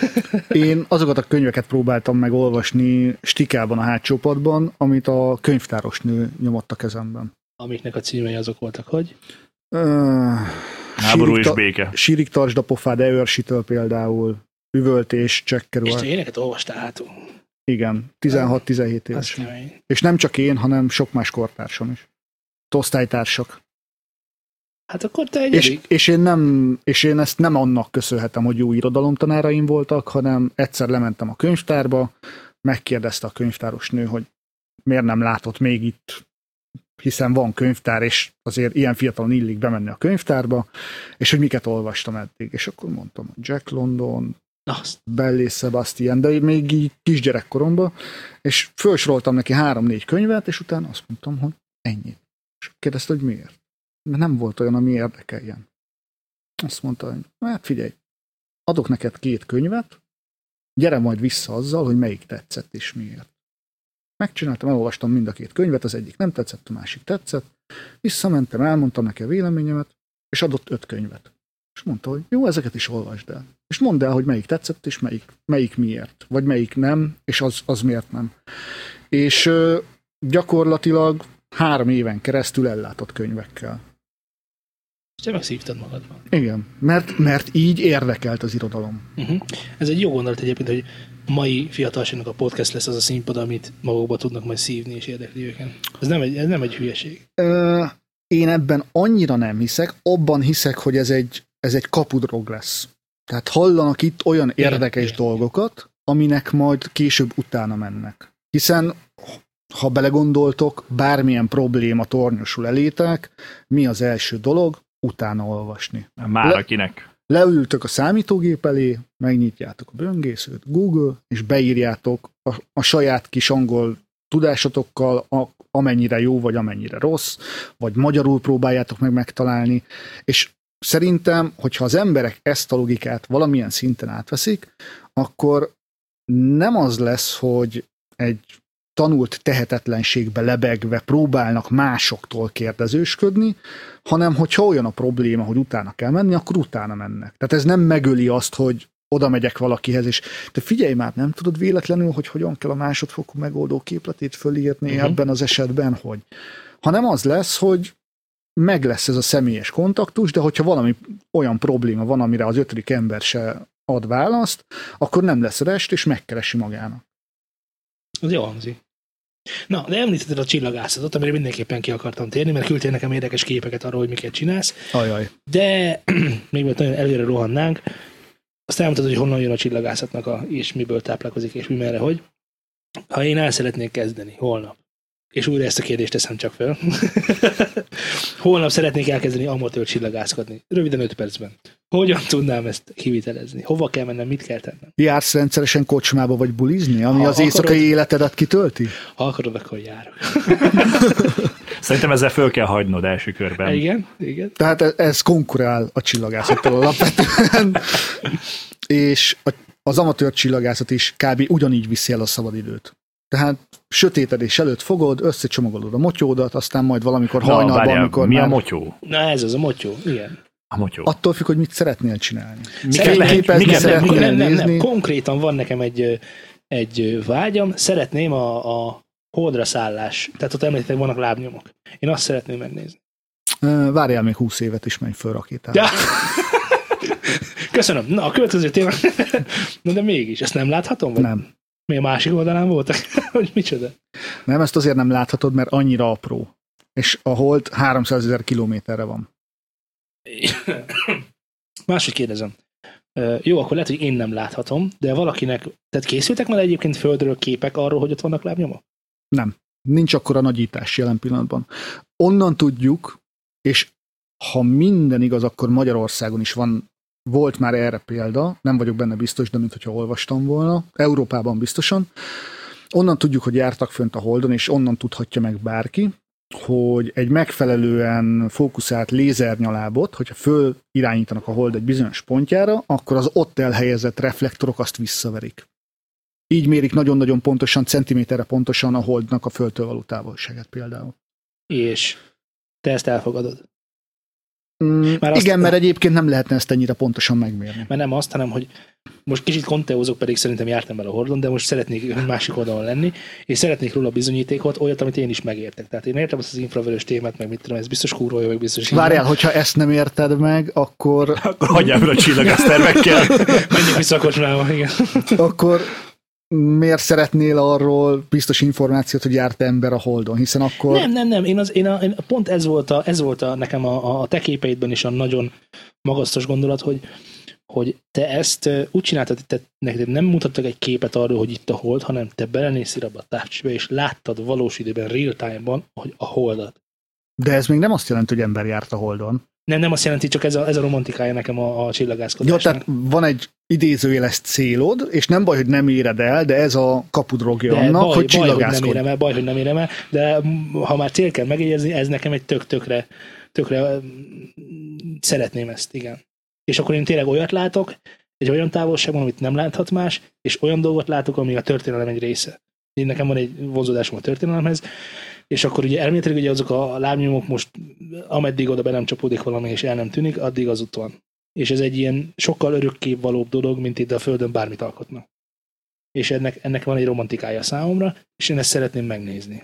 Én azokat a könyveket próbáltam meg olvasni stikában a hátsó padban, amit a könyvtáros nő nyomott a kezemben. Amiknek a címei azok voltak, hogy? Uh, Háború és béke. Sírik tartsd a pofád Eörsitől például, Üvöltés, Csekkerül. És te éneket olvastál hátul? Igen, tizenhat-tizenhét éves. És nem csak én, hanem sok más kortársam is. Osztálytársak. Hát akkor te egy és, elég... és, én nem, és én ezt nem annak köszönhetem, hogy jó irodalomtanáraim voltak, hanem egyszer lementem a könyvtárba, megkérdezte a könyvtáros nő, hogy miért nem látott még itt, hiszen van könyvtár, és azért ilyen fiatalon illik bemenni a könyvtárba, és hogy miket olvastam eddig. És akkor mondtam, Jack London, Azt. Bellé Sebastian, de még így kisgyerekkoromban, és felsoroltam neki három-négy könyvet, és utána azt mondtam, hogy ennyit. És kérdezte, hogy miért? Mert nem volt olyan, ami érdekeljen. Azt mondta, hogy hát figyelj, adok neked két könyvet, gyere majd vissza azzal, hogy melyik tetszett és miért. Megcsináltam, elolvastam mind a két könyvet, az egyik nem tetszett, a másik tetszett, visszamentem, elmondtam neki a véleményemet, és adott öt könyvet. És mondta, hogy jó, ezeket is olvasd el. És mondd el, hogy melyik tetszett, és melyik, melyik miért. Vagy melyik nem, és az, az miért nem. És ö, gyakorlatilag három éven keresztül ellátott könyvekkel. És te megszívtad magadban. Igen, mert, mert így érdekelt az irodalom. Uh-huh. Ez egy jó gondolat egyébként, hogy mai fiatalságnak a podcast lesz az a színpad, amit magukba tudnak majd szívni és érdekli őket. Ez nem egy, ez nem egy hülyeség. Ö, én ebben annyira nem hiszek, abban hiszek, hogy ez egy, ez egy kapudrog lesz. Tehát hallanak itt olyan igen, érdekes igen, dolgokat, aminek majd később utána mennek. Hiszen ha belegondoltok, bármilyen probléma tornyosul elétek, mi az első dolog? Utána olvasni. Már Le- akinek. Leültök a számítógép elé, megnyitjátok a böngészőt, Google, és beírjátok a, a saját kis angol tudásotokkal, a, amennyire jó, vagy amennyire rossz, vagy magyarul próbáljátok meg megtalálni, és szerintem, hogyha az emberek ezt a logikát valamilyen szinten átveszik, akkor nem az lesz, hogy egy tanult tehetetlenségbe lebegve próbálnak másoktól kérdezősködni, hanem hogyha olyan a probléma, hogy utána kell menni, akkor utána mennek. Tehát ez nem megöli azt, hogy oda megyek valakihez, és te figyelj már, nem tudod véletlenül, hogy hogyan kell a másodfokú megoldó képletét fölírni uh-huh. ebben az esetben, hogy hanem az lesz, hogy meg lesz ez a személyes kontaktus, de hogyha valami olyan probléma van, amire az ötödik ember se ad választ, akkor nem lesz rest, és megkeresi magának. Az jó hangzik. Na, de említetted a csillagászatot, amire mindenképpen ki akartam térni, mert küldtél nekem érdekes képeket arról, hogy miket csinálsz. Ajaj. De még mert nagyon előre rohannánk, azt elmondtad, hogy honnan jön a csillagászatnak, a, és miből táplálkozik, és mi merre, hogy. Ha én el szeretnék kezdeni, holnap, és újra ezt a kérdést teszem csak fel, holnap szeretnék elkezdeni amatőr csillagászkodni. Röviden öt percben. Hogyan tudnám ezt kivitelezni? Hova kell mennem, mit kell tennem? Jársz rendszeresen kocsmába vagy bulizni, ami ha az éjszakai akarod, életedet kitölti? Ha akarod, akkor járok. Szerintem ezzel föl kell hagynod első körben. Igen, igen. Tehát ez konkurál a csillagászattal alapvetően. És az amatőr csillagászat is kb. Ugyanígy viszi el a szabadidőt. Tehát sötétedés előtt fogod, összecsomagolod a motyódat, aztán majd valamikor Na, hajnalban, várjál, amikor mi már... a motyó? Na ez az a motyó, igen. A motyó. Attól függ, hogy mit szeretnél csinálni. Miket lehet, Képezni, miket szeretnél nem, nem, nézni. nem, konkrétan van nekem egy, egy vágyam, szeretném a, a holdra szállás, tehát ott említettek, vannak lábnyomok. Én azt szeretném megnézni. Várjál még húsz évet is, menj föl rakétára. Ja. Köszönöm. Na, a következő téma. Na, de mégis, ezt nem láthatom? Vagy? Nem. Mi a másik oldalán voltak? Hogy micsoda? Nem, ezt azért nem láthatod, mert annyira apró. És a hold háromszázezer kilométerre van. Máshogy kérdezem. Uh, jó, akkor lehet, hogy én nem láthatom, de valakinek, tehát készültek már egyébként földről képek arról, hogy ott vannak lábnyomok? Nem. Nincs akkora nagyítás jelen pillanatban. Onnan tudjuk, és ha minden igaz, akkor Magyarországon is van, volt már erre példa, nem vagyok benne biztos, de mintha olvastam volna, Európában biztosan. Onnan tudjuk, hogy jártak fönt a Holdon, és onnan tudhatja meg bárki, hogy egy megfelelően fókuszált lézernyalábot, hogyha föl irányítanak a Hold egy bizonyos pontjára, akkor az ott elhelyezett reflektorok azt visszaverik. Így mérik nagyon-nagyon pontosan, centiméterre pontosan a Holdnak a Földtől való távolságát például. És te ezt elfogadod? Mm, Már igen, azt, mert egyébként nem lehetne ezt ennyire pontosan megmérni. Mert nem azt, hanem, hogy most kicsit konteózok, pedig szerintem jártam el a Hordon, de most szeretnék másik oldalon lenni, és szeretnék róla bizonyítékot, olyat, amit én is megértek. Tehát én értem azt az infravörös témát, meg mit tudom, ez biztos kurva jó, meg biztos. Várjál, hogyha ezt nem érted meg, akkor... Akkor hagyjál fel a csillagásztervekkel. Menjünk vissza a kocsmába, igen. Akkor miért szeretnél arról biztos információt, hogy járt ember a Holdon, hiszen akkor... Nem, nem, nem, én, az, én, a, én pont ez volt, a, ez volt a, nekem a, a te képeidben is a nagyon magasztos gondolat, hogy, hogy te ezt úgy csináltad, te neked nem mutattak egy képet arról, hogy itt a Hold, hanem te belenéztél abba a távcsőbe, és láttad valós időben, real time-ban, hogy a Holdat. De ez még nem azt jelenti, hogy ember járt a Holdon. Nem, nem azt jelenti, csak ez a, ez a romantikája nekem a, a csillagászkodásnak. Ja, tehát van egy idézőjeles célod, és nem baj, hogy nem éred el, de ez a kapudrogja de annak, baj, hogy baj, hogy nem csillagászkodj. érem el, baj, hogy nem érem el, de ha már cél kell megjegyezni, ez nekem egy tök, tökre, tökre szeretném ezt, igen. És akkor én tényleg olyat látok, egy olyan távolságban, amit nem láthat más, és olyan dolgot látok, ami a történelem egy része. Én nekem van egy vonzódásom a történelemhez, és akkor ugye elméletileg ugye azok a lábnyomok most, ameddig oda be nem csapódik valami, és el nem tűnik, addig az ott van. És ez egy ilyen sokkal örökképp valóbb dolog, mint itt a Földön bármit alkotnak. És ennek, ennek van egy romantikája számomra, és én ezt szeretném megnézni.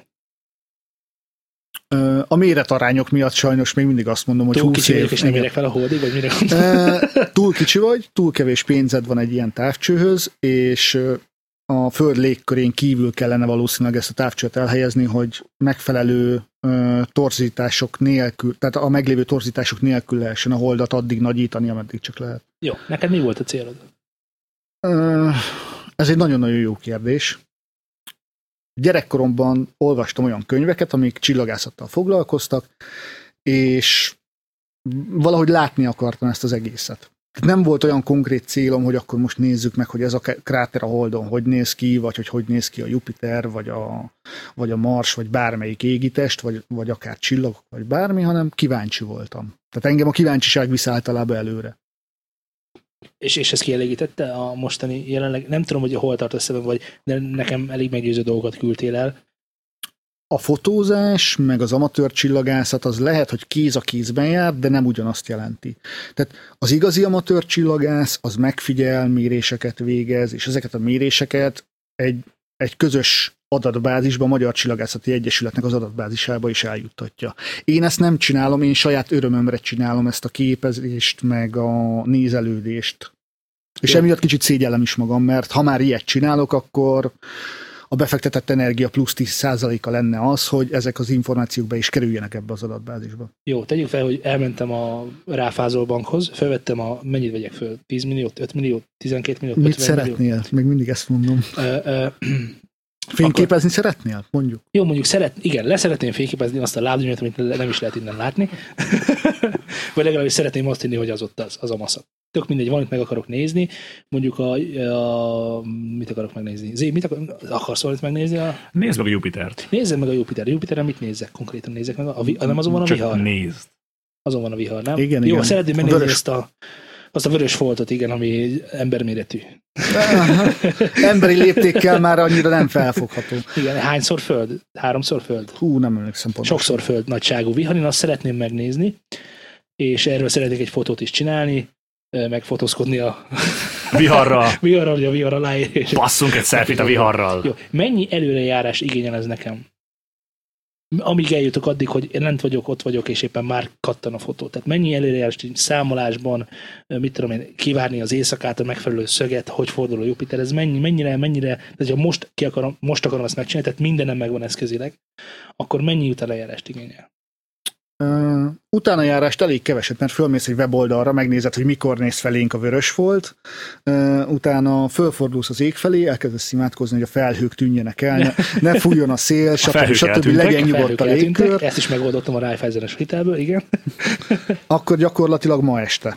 A méretarányok miatt sajnos még mindig azt mondom, hogy túl húsz kicsi év. vagyok, és nem érek fel a Holdig, vagy mire gondolom? Túl kicsi vagy, túl kevés pénzed van egy ilyen távcsőhöz, és a Föld légkörén kívül kellene valószínűleg ezt a távcsőt elhelyezni, hogy megfelelő uh, torzítások nélkül, tehát a meglévő torzítások nélkül lehessen a Holdat addig nagyítani, ameddig csak lehet. Jó, neked mi volt a célod? Uh, ez egy nagyon-nagyon jó kérdés. Gyerekkoromban olvastam olyan könyveket, amik csillagászattal foglalkoztak, és valahogy látni akartam ezt az egészet. Nem volt olyan konkrét célom, hogy akkor most nézzük meg, hogy ez a kráter a Holdon hogy néz ki, vagy hogy hogy néz ki a Jupiter, vagy a, vagy a Mars, vagy bármelyik égitest, vagy, vagy akár csillagok, vagy bármi, hanem kíváncsi voltam. Tehát engem a kíváncsiság visz általában előre. És, és ez kielégítette a mostani jelenleg? Nem tudom, hogy hol tartasz ebben, vagy, de nekem elég meggyőző dolgokat küldtél el. a fotózás, meg az amatőr csillagászat az lehet, hogy kéz a kézben jár, de nem ugyanazt jelenti. Tehát az igazi amatőr csillagász az megfigyel, méréseket végez, és ezeket a méréseket egy, egy közös adatbázisba, a Magyar Csillagászati Egyesületnek az adatbázisába is eljuttatja. Én ezt nem csinálom, én saját örömömre csinálom ezt a képezést, meg a nézelődést. És Jó. emiatt kicsit szégyellem is magam, mert ha már ilyet csinálok, akkor a befektetett energia plusz tíz százaléka lenne az, hogy ezek az információk be is kerüljenek ebbe az adatbázisba. Jó, tegyük fel, hogy elmentem a Ráfázol bankhoz, felvettem a, mennyit vegyek föl? tíz milliót, öt milliót, tizenkét milliót, Mit szeretnél? Milliót? Még mindig ezt mondom. Ö, ö, Fényképezni akkor, szeretnél? Mondjuk. Jó, mondjuk szeret, igen, leszeretném fényképezni azt a lábnyomot, amit nem is lehet innen látni. Vagy legalábbis szeretném azt hinni, hogy az ott az, az a maszat. Tök mindegy, valamit meg akarok nézni, mondjuk a, a mit akarok megnézni? Zé, mit akar, akarsz valamit megnézni? A... Nézd meg a Jupitert. Nézzem meg a Jupiter. Jupiteren mit nézzek? Konkrétan nézek meg? A, a, nem azon van a Csak vihar? Nézd. Azon van a vihar, nem? Igen, Jó, igen. szeretném megnézni vörös... ezt a, azt a vörös foltot, igen, ami emberméretű. Emberi léptékkel már annyira nem felfogható. Igen, hányszor föld? Háromszor föld? Hú, nem emlékszem pontosan. Sokszor föld nagyságú vihar, én azt szeretném megnézni, és erről szeretnék egy fotót is csinálni, meg fotózkodni a viharra. viharra, hogy a vihar alá ér. Basszunk egy selfie-t a viharral. Jó. Mennyi előrejárás igényel ez nekem? Amíg eljutok addig, hogy én lent vagyok, ott vagyok, és éppen már kattan a fotó. Tehát mennyi előrejárás számolásban, mit tudom én, kivárni az éjszakát, a megfelelő szöget, hogy fordul a Jupiter, ez mennyi, mennyire, mennyire, tehát ha most, ki akarom, most akarom ezt megcsinálni, tehát mindenem megvan eszközileg, akkor mennyi utánajárást igényel? Uh, utánajárást elég keveset, mert fölmész egy weboldalra, megnézed, hogy mikor néz felénk a vörösfolt, uh, utána fölfordulsz az ég felé, elkezdesz imádkozni, hogy a felhők tűnjenek el, ne, ne fújjon a szél, stb. stb. Legyen nyugodt a légkör. Ezt is megoldottam a Raiffeisen-es hitelből, igen. Akkor gyakorlatilag ma este.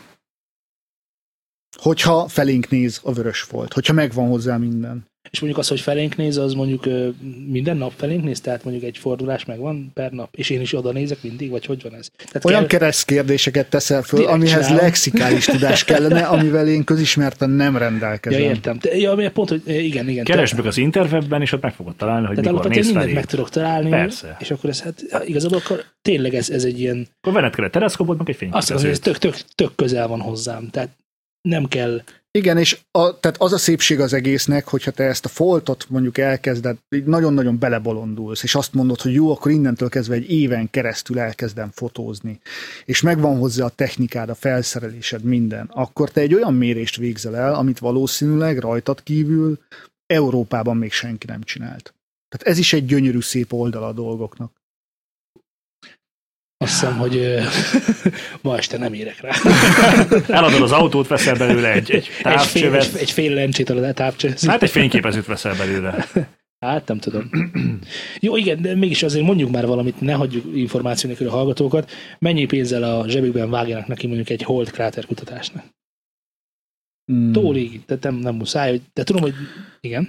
Hogyha felénk néz a vörösfolt, hogyha megvan hozzá minden. És mondjuk az, hogy felénk néz, az mondjuk minden nap felénk néz, tehát mondjuk egy fordulás megvan per nap, és én is oda nézek mindig, vagy hogy van ez? Tehát olyan kell... kereszt kérdéseket teszel föl, amihez csinálom. Lexikális tudás kellene, amivel én közismerten nem rendelkezem. Ja, értem. Te, ja, pont, hogy igen, igen. Keresd meg az interwebben, és ott meg fogod találni, hogy tehát mikor néz mindent meg tudok találni. Persze. És akkor ez, hát igazából akkor tényleg ez, ez egy ilyen... Akkor venned kell egy teleszkópot, meg egy fényképezőt. Azt mondom, hogy ez tök, tök, tök közel van hozzám, tehát nem kell... Igen, és a, tehát az a szépség az egésznek, hogyha te ezt a foltot mondjuk elkezded, nagyon-nagyon belebolondulsz, és azt mondod, hogy jó, akkor innentől kezdve egy éven keresztül elkezdem fotózni, és megvan hozzá a technikád, a felszerelésed, minden, akkor te egy olyan mérést végzel el, amit valószínűleg rajtad kívül Európában még senki nem csinált. Tehát ez is egy gyönyörű szép oldala a dolgoknak. Azt hiszem, hogy ma este nem érek rá. Eladod az autót, veszel belőle egy, egy távcsövet. Egy fél, egy fél lencsét a távcsövet. Hát egy fényképezőt veszel belőle. Hát nem tudom. Jó, igen, de mégis azért mondjuk már valamit, ne hagyjuk információ nélkül a hallgatókat. Mennyi pénzzel a zsebükben vágjanak neki mondjuk egy hold kráter kutatásnak? Mm. Tólig, tehát nem, nem muszáj, de tudom, hogy igen.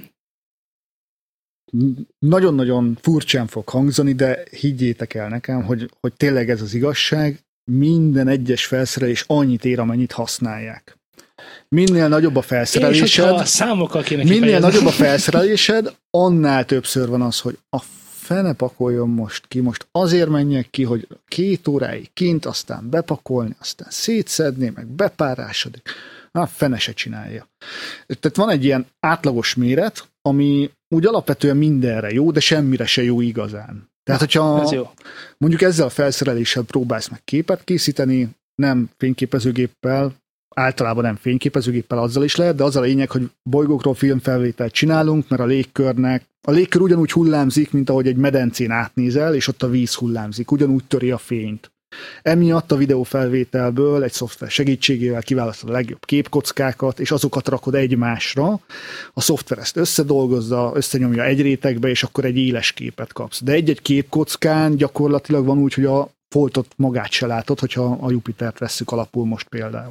Nagyon-nagyon furcsán fog hangzani, de higgyétek el nekem, hogy, hogy tényleg ez az igazság, minden egyes felszerelés annyit ér, amennyit használják. Minél nagyobb a felszerelésed, a számokkal kéne minél kifejezni. nagyobb a felszerelésed, annál többször van az, hogy a fene pakoljon most ki, most azért menjek ki, hogy két óráig kint, aztán bepakolni, aztán szétszedni, meg bepárásodik. A fene se csinálja. Tehát van egy ilyen átlagos méret, ami úgy alapvetően mindenre jó, de semmire se jó igazán. Tehát, hogyha jó. mondjuk ezzel a felszereléssel próbálsz meg képet készíteni, nem fényképezőgéppel, általában nem fényképezőgéppel, azzal is lehet, de az a lényeg, hogy bolygókról filmfelvételt csinálunk, mert a légkörnek, a légkör ugyanúgy hullámzik, mint ahogy egy medencén átnézel, és ott a víz hullámzik, ugyanúgy töri a fényt. Emiatt a videófelvételből egy szoftver segítségével kiválasztod a legjobb képkockákat, és azokat rakod egymásra. A szoftver ezt összedolgozza, összenyomja egy rétegbe, és akkor egy éles képet kapsz. De egy-egy képkockán gyakorlatilag van úgy, hogy a foltot magát se látod, hogyha a Jupitert vesszük alapul most például.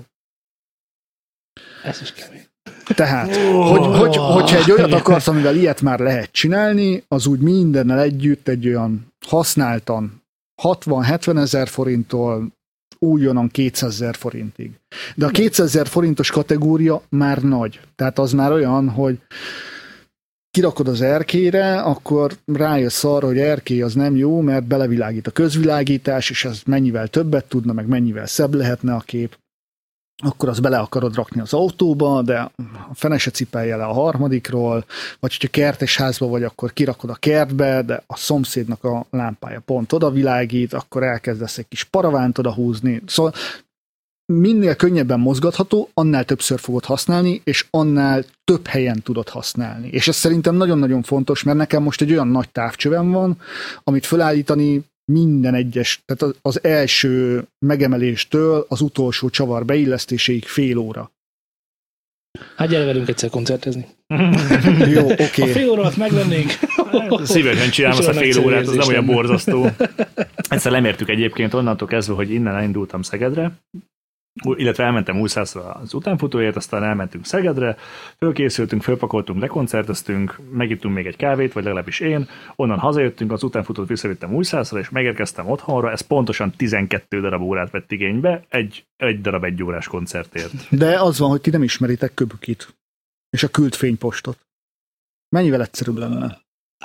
Ez is kemény. Tehát, oh, hogy, hogy, hogyha egy olyat akarsz, amivel ilyet már lehet csinálni, az úgy mindennel együtt egy olyan használtan hatvan-hetven ezer forinttól újonnan kétszázezer forintig. De a kétszázezer forintos kategória már nagy. Tehát az már olyan, hogy kirakod az erkélyre, akkor rájössz arra, hogy erkély az nem jó, mert belevilágít a közvilágítás, és ez mennyivel többet tudna, meg mennyivel szebb lehetne a kép. Akkor azt bele akarod rakni az autóba, de a fene se cipelje le a harmadikról, vagy hogyha kertes házba vagy, akkor kirakod a kertbe, de a szomszédnak a lámpája pont oda világít, akkor elkezdesz egy kis paravánt oda húzni. Szóval minél könnyebben mozgatható, annál többször fogod használni, és annál több helyen tudod használni. És ez szerintem nagyon-nagyon fontos, mert nekem most egy olyan nagy távcsövem van, amit felállítani minden egyes, tehát az első megemeléstől az utolsó csavar beillesztéséig fél óra. Hát gyere velünk egyszer koncertezni. Jó, oké. Okay. Ha fél óra alatt meglennénk. Szívesen csinálom azt a fél órát, az nem olyan borzasztó. Egyszer lemértük egyébként onnantól kezdve, hogy innen elindultam Szegedre, illetve elmentem Újszászra az utánfutóért, aztán elmentünk Szegedre, fölkészültünk, fölpakoltunk, lekoncerteztünk, megittunk még egy kávét, vagy legalábbis én, onnan hazajöttünk, az utánfutót visszavittem Újszászra, és megérkeztem otthonra, ez pontosan tizenkét darab órát vett igénybe, egy, egy darab egy órás koncertért. De az van, hogy ti nem ismeritek Köbükit, és a küld fénypostot. Mennyivel egyszerűbb lenne?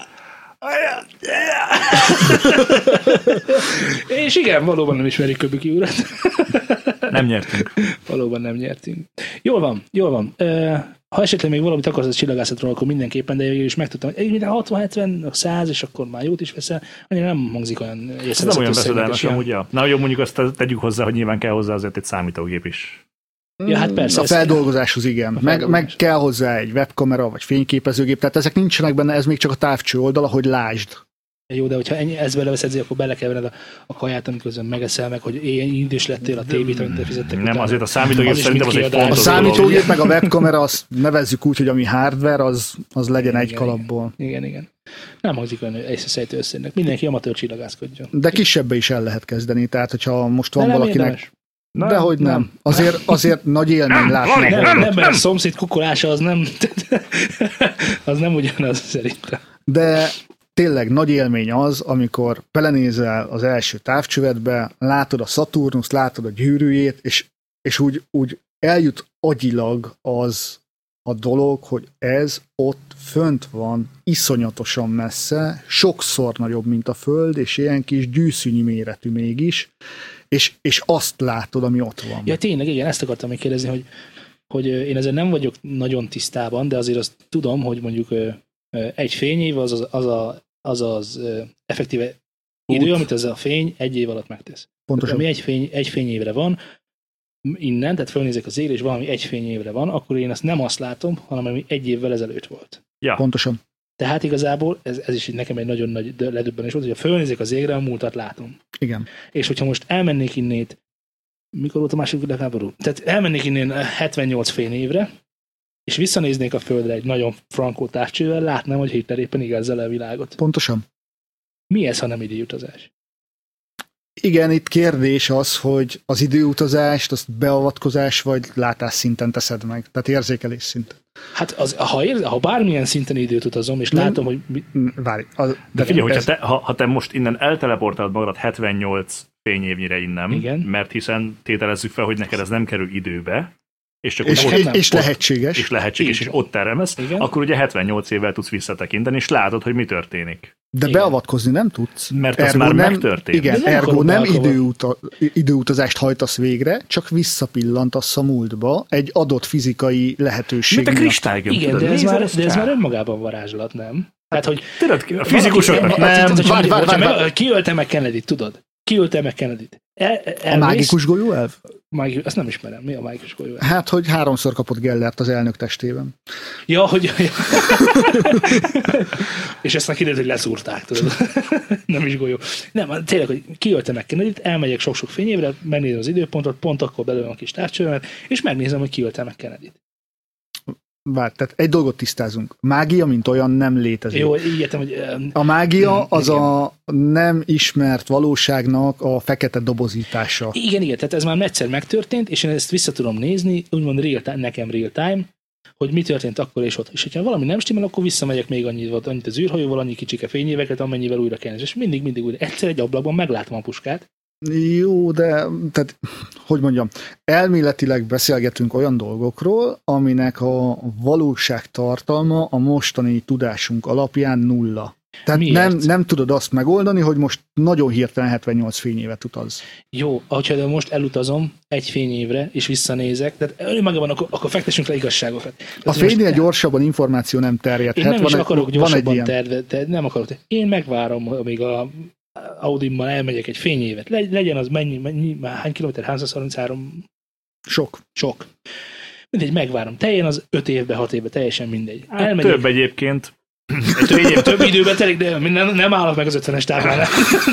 És igen, valóban nem ismerik Köbüki urat. Nem nyertünk. Valóban nem nyertünk. Jól van, jól van. Ha esetleg még valamit akarsz a csillagászatról, akkor mindenképpen, de végül is megtudtam, hogy minden hatvan hetven, száz, és akkor már jót is veszel, annyira nem hangzik olyan észreveszett. Ez nem olyan veszedelmes, amúgy, ja. Na jó, mondjuk azt tegyük hozzá, hogy nyilván kell hozzá azért egy számítógép is. Ja, hát persze. A feldolgozáshoz igen. Meg, meg kell hozzá egy webkamera, vagy fényképezőgép, tehát ezek nincsenek benne, ez még csak a távcső oldala, hogy lásd. Jó, de hogyha ennyi, ezt beleveszed, akkor bele kell venned a, a kaját, amikor megeszel meg, hogy ilyen idős lettél a tévét, amit te fizettek. Nem, utána. azért a számítógép szerintem az egy fontos. A számítógép meg a webkamera, azt nevezzük úgy, hogy ami hardware, az, az legyen igen, egy igen, kalapból. Igen, igen. Nem hangzik olyan észreszejtő összének. Mindenki amatőr csillagászkodjon. De kisebbe is el lehet kezdeni, tehát hogyha most van de valakinek... Nem, Dehogy nem. nem. Azért, azért nagy élmény látni. Nem, nem, nem, mert a szomszéd kukolása az nem... az nem ugyanaz szerintem. De tényleg nagy élmény az, amikor belenézel az első távcsövetbe, látod a Saturnust, látod a gyűrűjét, és, és úgy, úgy eljut agyilag az a dolog, hogy ez ott fönt van, iszonyatosan messze, sokszor nagyobb, mint a Föld, és ilyen kis gyűszűnyi méretű mégis, és, és azt látod, ami ott van. Ja, tényleg, igen, ezt akartam még kérdezni, hogy, hogy én ezzel nem vagyok nagyon tisztában, de azért azt tudom, hogy mondjuk egy fényév az az, az, a, az, az effektíve idő, Út. amit ez a fény egy év alatt megtesz. Pontosan. Ami egy, fény, egy fényévre van, innen, tehát fölnézek az égre, és valami egy fényévre van, akkor én azt nem azt látom, hanem ami egy évvel ezelőtt volt. Ja. Pontosan. Tehát igazából, ez, ez is nekem egy nagyon nagy ledöbbenés volt, hogy ha fölnézek az égre, a múltat látom. Igen. És hogyha most elmennék innét, mikor volt a második világháború? Tehát elmennék innen hetvennyolc fényévre, és visszanéznék a Földre egy nagyon frankó távcsővel, látnám, hogy Hitler éppen igazza le a világot. Pontosan. Mi ez, ha nem időutazás? Igen, itt kérdés az, hogy az időutazást, azt beavatkozás vagy látásszinten teszed meg, tehát érzékelés szinten. Hát az, ha, ér, ha bármilyen szinten időt utazom, és nem, látom, hogy... Mi... Várj. Az, de figyelj, hogyha te, ha, ha te most innen elteleportálod magad hetvennyolc fényévnyire innen, igen. Mert hiszen tételezzük fel, hogy neked ez nem kerül időbe, és csak és, ott, és, nem, és lehetséges, és lehetséges, és ott teremesz, akkor ugye hetvennyolc évvel tudsz visszatekinteni, és látod, hogy mi történik. De igen. Beavatkozni nem tudsz. Mert ez már nem, megtörtént. Igen, nem ergo nem időuta, időutazást hajtasz végre, csak visszapillantasz a múltba egy adott fizikai lehetőség. Mint a kristálygömb. Igen, de ez, már, de ez már önmagában varázslat, nem? Hát, hogy tudod, a fizikusoknak nem. Várj, várj, várj. Ki ölte meg Kennedy-t, tudod? Ki ölte meg Kennedy-t? El, a mágikus golyóelv? Mágikus, azt nem ismerem. Mi a mágikus golyóelv? Hát, hogy háromszor kapott Gellert az elnök testében. Ja, hogy... Ja. És ezt kiderült, hogy leszúrták, tudod. Nem is golyó. Nem, tényleg, hogy ki ölte meg Kennedy-t, elmegyek sok-sok fényévre, megnézem az időpontot, pont akkor belőlem a kis távcsőmet, és megnézem, hogy ki ölte meg Kennedy-t. Várj, tehát egy dolgot tisztázunk. Mágia, mint olyan, nem létezik. Jó, így értem, hogy... A mágia az igen. a nem ismert valóságnak a fekete dobozítása. Igen, igen, tehát ez már egyszer megtörtént, és én ezt vissza tudom nézni, úgymond real time, nekem real time, hogy mi történt akkor és ott. És hogyha valami nem stimmel, akkor visszamegyek még annyit, annyit az űrhajóval, annyi kicsike fényéveket, amennyivel újra kell. És mindig, mindig újra. Egyszer egy ablakban meglátom a puskát, Jó, de tehát, hogy mondjam, elméletileg beszélgetünk olyan dolgokról, aminek a valóság tartalma a mostani tudásunk alapján nulla. Tehát nem, nem tudod azt megoldani, hogy most nagyon hirtelen hetvennyolc fényévet utaz. Jó, ha most elutazom egy fényévre, és visszanézek, tehát önmagában akkor, akkor fektessünk le igazságokat. Tehát a fénynél most... gyorsabban információ nem terjedhet. Én nem is van akarok egy, gyorsabban terjedni, nem akarok. Én megvárom, amíg a Audimmal elmegyek egy fényévet. Legyen az mennyi, mennyi hány kilométer, háromszázharminchárom? Sok. Sok. Mindegy, megvárom. Teljen az öt évbe, hat évbe, teljesen mindegy. Hát több egyébként. Több, több időben telik, de nem, nem állok meg az ötvenes táblánál.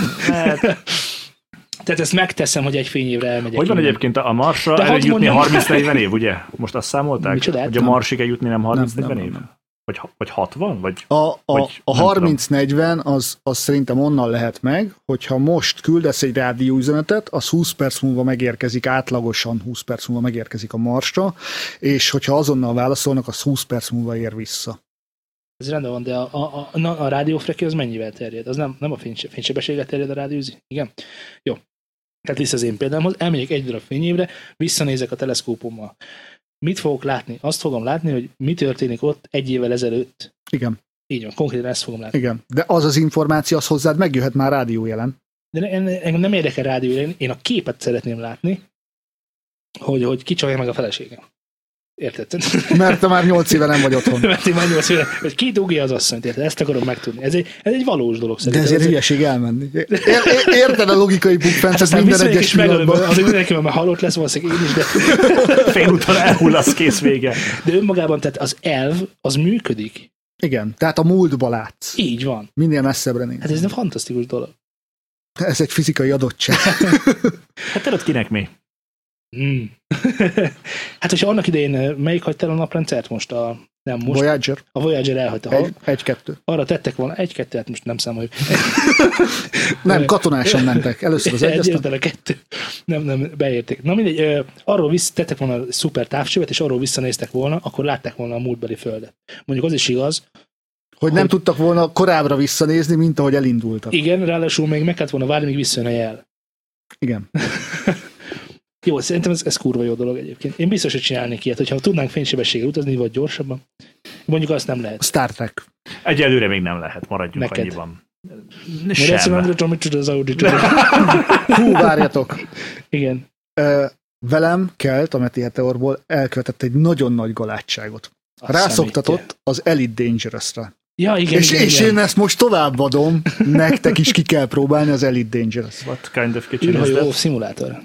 Tehát ezt megteszem, hogy egy fényévre elmegyek. Hogy van innen. Egyébként a Marsra el jutni harminc-negyven év, ugye? Most azt számolták? Micsoda? Hogy a Marsig eljutni nem harminc-negyven év? Nem. Vagy, vagy hatvan? Vagy, a a, vagy a harminc-negyven az, az szerintem onnan lehet meg, hogyha most küldesz egy rádióüzenetet, az húsz perc múlva megérkezik, átlagosan húsz perc múlva megérkezik a Marsra, és hogyha azonnal válaszolnak, az húsz perc múlva ér vissza. Ez rendben van, de a, a, a, a rádiófrekő az mennyivel terjed? Az nem, nem a fényse, fénysebességgel terjed a rádiózi? Igen? Jó. Tehát vissza az én példámhoz, elmegyek egy darab fényévre, visszanézek a teleszkópommal. Mit fogok látni? Azt fogom látni, hogy mi történik ott egy évvel ezelőtt. Igen. Így van, konkrétan ezt fogom látni. Igen, de az az információ, az hozzád megjöhet már rádiójelen. De engem nem érdekel rádiójelen, én a képet szeretném látni, hogy, hogy kicsalja meg a feleségem. Érted? Mert te már nyolc éve nem vagy otthon. Mert én már nyolc éve, hogy ki dugja az asszonyt, érted? Ezt akarom megtudni. Ez egy, ez egy valós dolog szerintem. De ezért hülyeség elmenni. Érted a logikai bukfencet minden egyes pillanatban. Azért mindenki már halott lesz, valószínűleg én is, de... Félúton elhullasz, kész vége. De önmagában, tehát az elv, az működik. Igen, tehát a múltba látsz. Így van. Minél messzebbre néz. Hát ez egy fantasztikus dolog. Ez egy fizikai adottság. Hát tudod, kinek mi? Hmm. Hát, hogyha annak idején melyik hagyta el a naprendszert most? A, nem most. Voyager. A Voyager elhagyta. Egy, egy-kettő. Arra tettek volna egy-kettő, hát most nem számoljuk. Nem, katonásan mentek. Először az egy, aztán a kettő. Nem, nem, beérték. Na mindegy, arról vissza, tettek volna a szuper távcsövet, és arról visszanéztek volna, akkor látták volna a múltbeli földet. Mondjuk az is igaz, hogy nem hogy... tudtak volna korábbra visszanézni, mint ahogy elindultak. Igen, ráadásul még meg kellett volna várni, míg visszajön a jel. Igen. Jó, szerintem ez, ez kurva jó dolog egyébként. Én biztos, hogy csinálnék ilyet, hogyha tudnánk fénysebességgel utazni, vagy gyorsabban. Mondjuk azt nem lehet. Star Trek. Egyelőre még nem lehet, maradjunk Neked. annyiban. Sem. Hú, várjatok. Igen. Ö, velem Kelt, a Meti Heteorból elkövetett egy nagyon nagy galátságot. Azt Rászoktatott az Elite Dangerous-ra. Ja, igen, és, igen, és igen. én ezt most továbbadom, nektek is ki kell próbálni az Elite Dangerous. What kind of kitchen űrhajó szimulátor.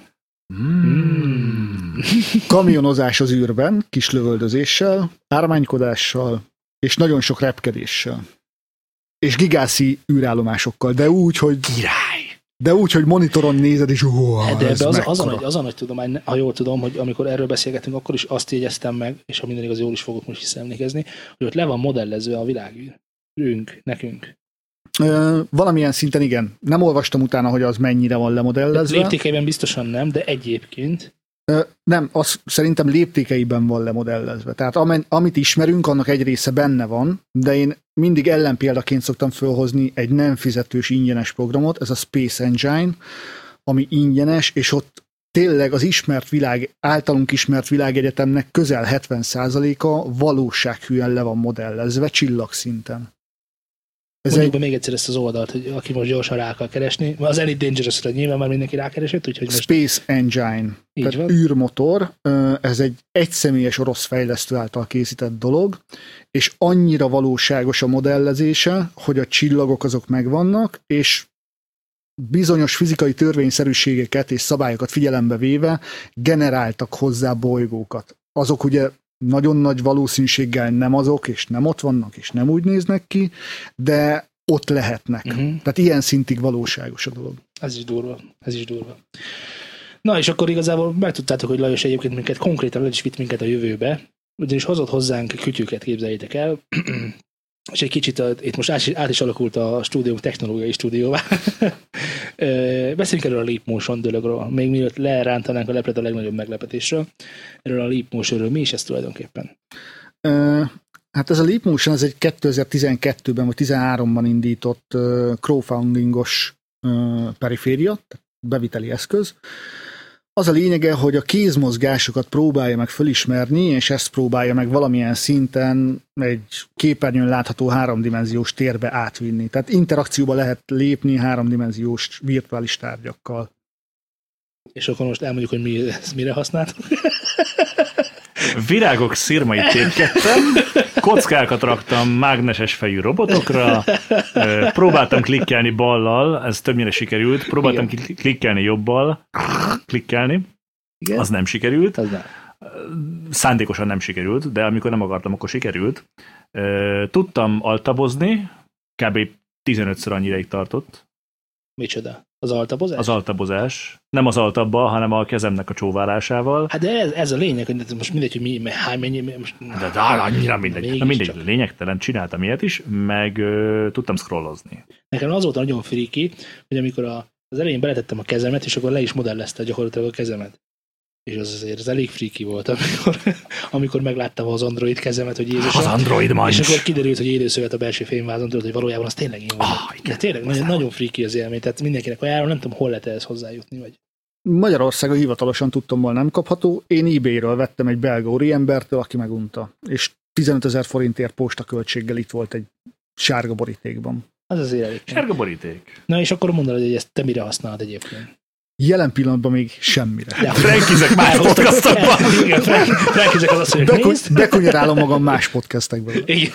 Mm. Kamionozás az űrben, kis lövöldözéssel, ármánykodással, és nagyon sok repkedéssel. És gigászi űrállomásokkal, de úgy, hogy... Király! De úgy, hogy monitoron nézed, és oh, de ez az, az, a nagy, nagy, az a nagy tudomány, ha jól tudom, hogy amikor erről beszélgetünk, akkor is azt jegyeztem meg, és ha minden igaz, jól is fogok most visszaemlékezni, hogy ott le van modellezve a világűr. Őnk, nekünk. Ö, valamilyen szinten igen. Nem olvastam utána, hogy az mennyire van lemodellezve. Léptékeiben biztosan nem, de egyébként... Ö, nem, az szerintem léptékeiben van lemodellezve. Tehát amen, amit ismerünk, annak egy része benne van, de én mindig ellenpéldaként szoktam fölhozni egy nem fizetős ingyenes programot, ez a Space Engine, ami ingyenes, és ott tényleg az ismert világ, általunk ismert világegyetemnek közel hetven százaléka valósághűen le van modellezve csillagszinten. Ez Mondjuk egy... be még egyszer ezt az oldalt, hogy aki most gyorsan rá akar keresni. Az Elite Dangerous-ra nyilván már mindenki rákeresett, úgyhogy most... Space Engine, így tehát van. űrmotor, ez egy egyszemélyes orosz fejlesztő által készített dolog, és annyira valóságos a modellezése, hogy a csillagok azok megvannak, és bizonyos fizikai törvényszerűségeket és szabályokat figyelembe véve generáltak hozzá bolygókat. Azok ugye nagyon nagy valószínűséggel nem azok, és nem ott vannak, és nem úgy néznek ki, de ott lehetnek. Uh-huh. Tehát ilyen szintig valóságos a dolog. Ez is durva, ez is durva. Na, és akkor igazából megtudtátok, hogy Lajos egyébként minket konkrétan le is vitt minket a jövőbe, ugyanis hozott hozzánk kütyüket, képzeljétek el, és egy kicsit a, itt most át is, át is alakult a stúdiónk technológiai stúdióvá. Beszéljünk erről a Leap Motion dologról, még mielőtt lerántanánk a leplet a legnagyobb meglepetésről. Erről a Leap Motionről mi is ez tulajdonképpen? Uh, hát ez a Leap Motion, ez egy kétezer-tizenkettőben vagy tizenháromban indított uh, crowdfundingos uh, periféria, beviteli eszköz. Az a lényege, hogy a kézmozgásokat próbálja meg fölismerni, és ezt próbálja meg valamilyen szinten egy képernyőn látható háromdimenziós térbe átvinni. Tehát interakcióba lehet lépni háromdimenziós virtuális tárgyakkal. És akkor most elmondjuk, hogy mi, ezt mire használtuk. Virágok szirmait tépkedtem, kockákat raktam mágneses fejű robotokra, próbáltam klikkelni ballal, ez többnyire sikerült, próbáltam Igen. klikkelni jobbal, klikkelni, Igen. az nem sikerült, az nem. Szándékosan nem sikerült, de amikor nem akartam, akkor sikerült. Tudtam altabozni, kb. tizenötször annyira ideig tartott. Micsoda? Az altabozás? Az altabozás. Nem az altabba, hanem a kezemnek a csóválásával. Hát de ez, ez a lényeg, hogy most mindegy, hogy mi, hány, mennyi, most... De, de annyira mindegy. Na mindegy, csak. Lényegtelen, csináltam ilyet is, meg ö, tudtam scrollozni. Nekem az volt nagyon friki, hogy amikor a, az elején beletettem a kezemet, és akkor le is modellezte gyakorlatilag a kezemet. És az azért az elég friki volt, amikor, amikor megláttam az Android kezemet, hogy Jézus. Az Android mancs. És akkor kiderült, hogy élőszövet a belső fémvázon, tudod, hogy valójában az tényleg én vagyok. Ah, de tényleg nagyon, nagyon friki az élmény, tehát mindenkinek ajánlom, nem tudom, hol lehet ehhez hozzájutni. Vagy. Magyarországon hivatalosan tudtam volna nem kapható. Én eBay-ről vettem egy belga úriembertől, aki megunta. És tizenötezer forintért postaköltséggel itt volt egy sárga borítékban. Az azért elég. Sárga boríték. Na és akkor mondd, hogy ezt te mire használod egyébként? Jelen pillanatban még semmire. Frankizek más podcastokban. Igen, Frankizek az azt, hogy Beku- nézd. Bekunyerálom magam más podcastekben. Igen.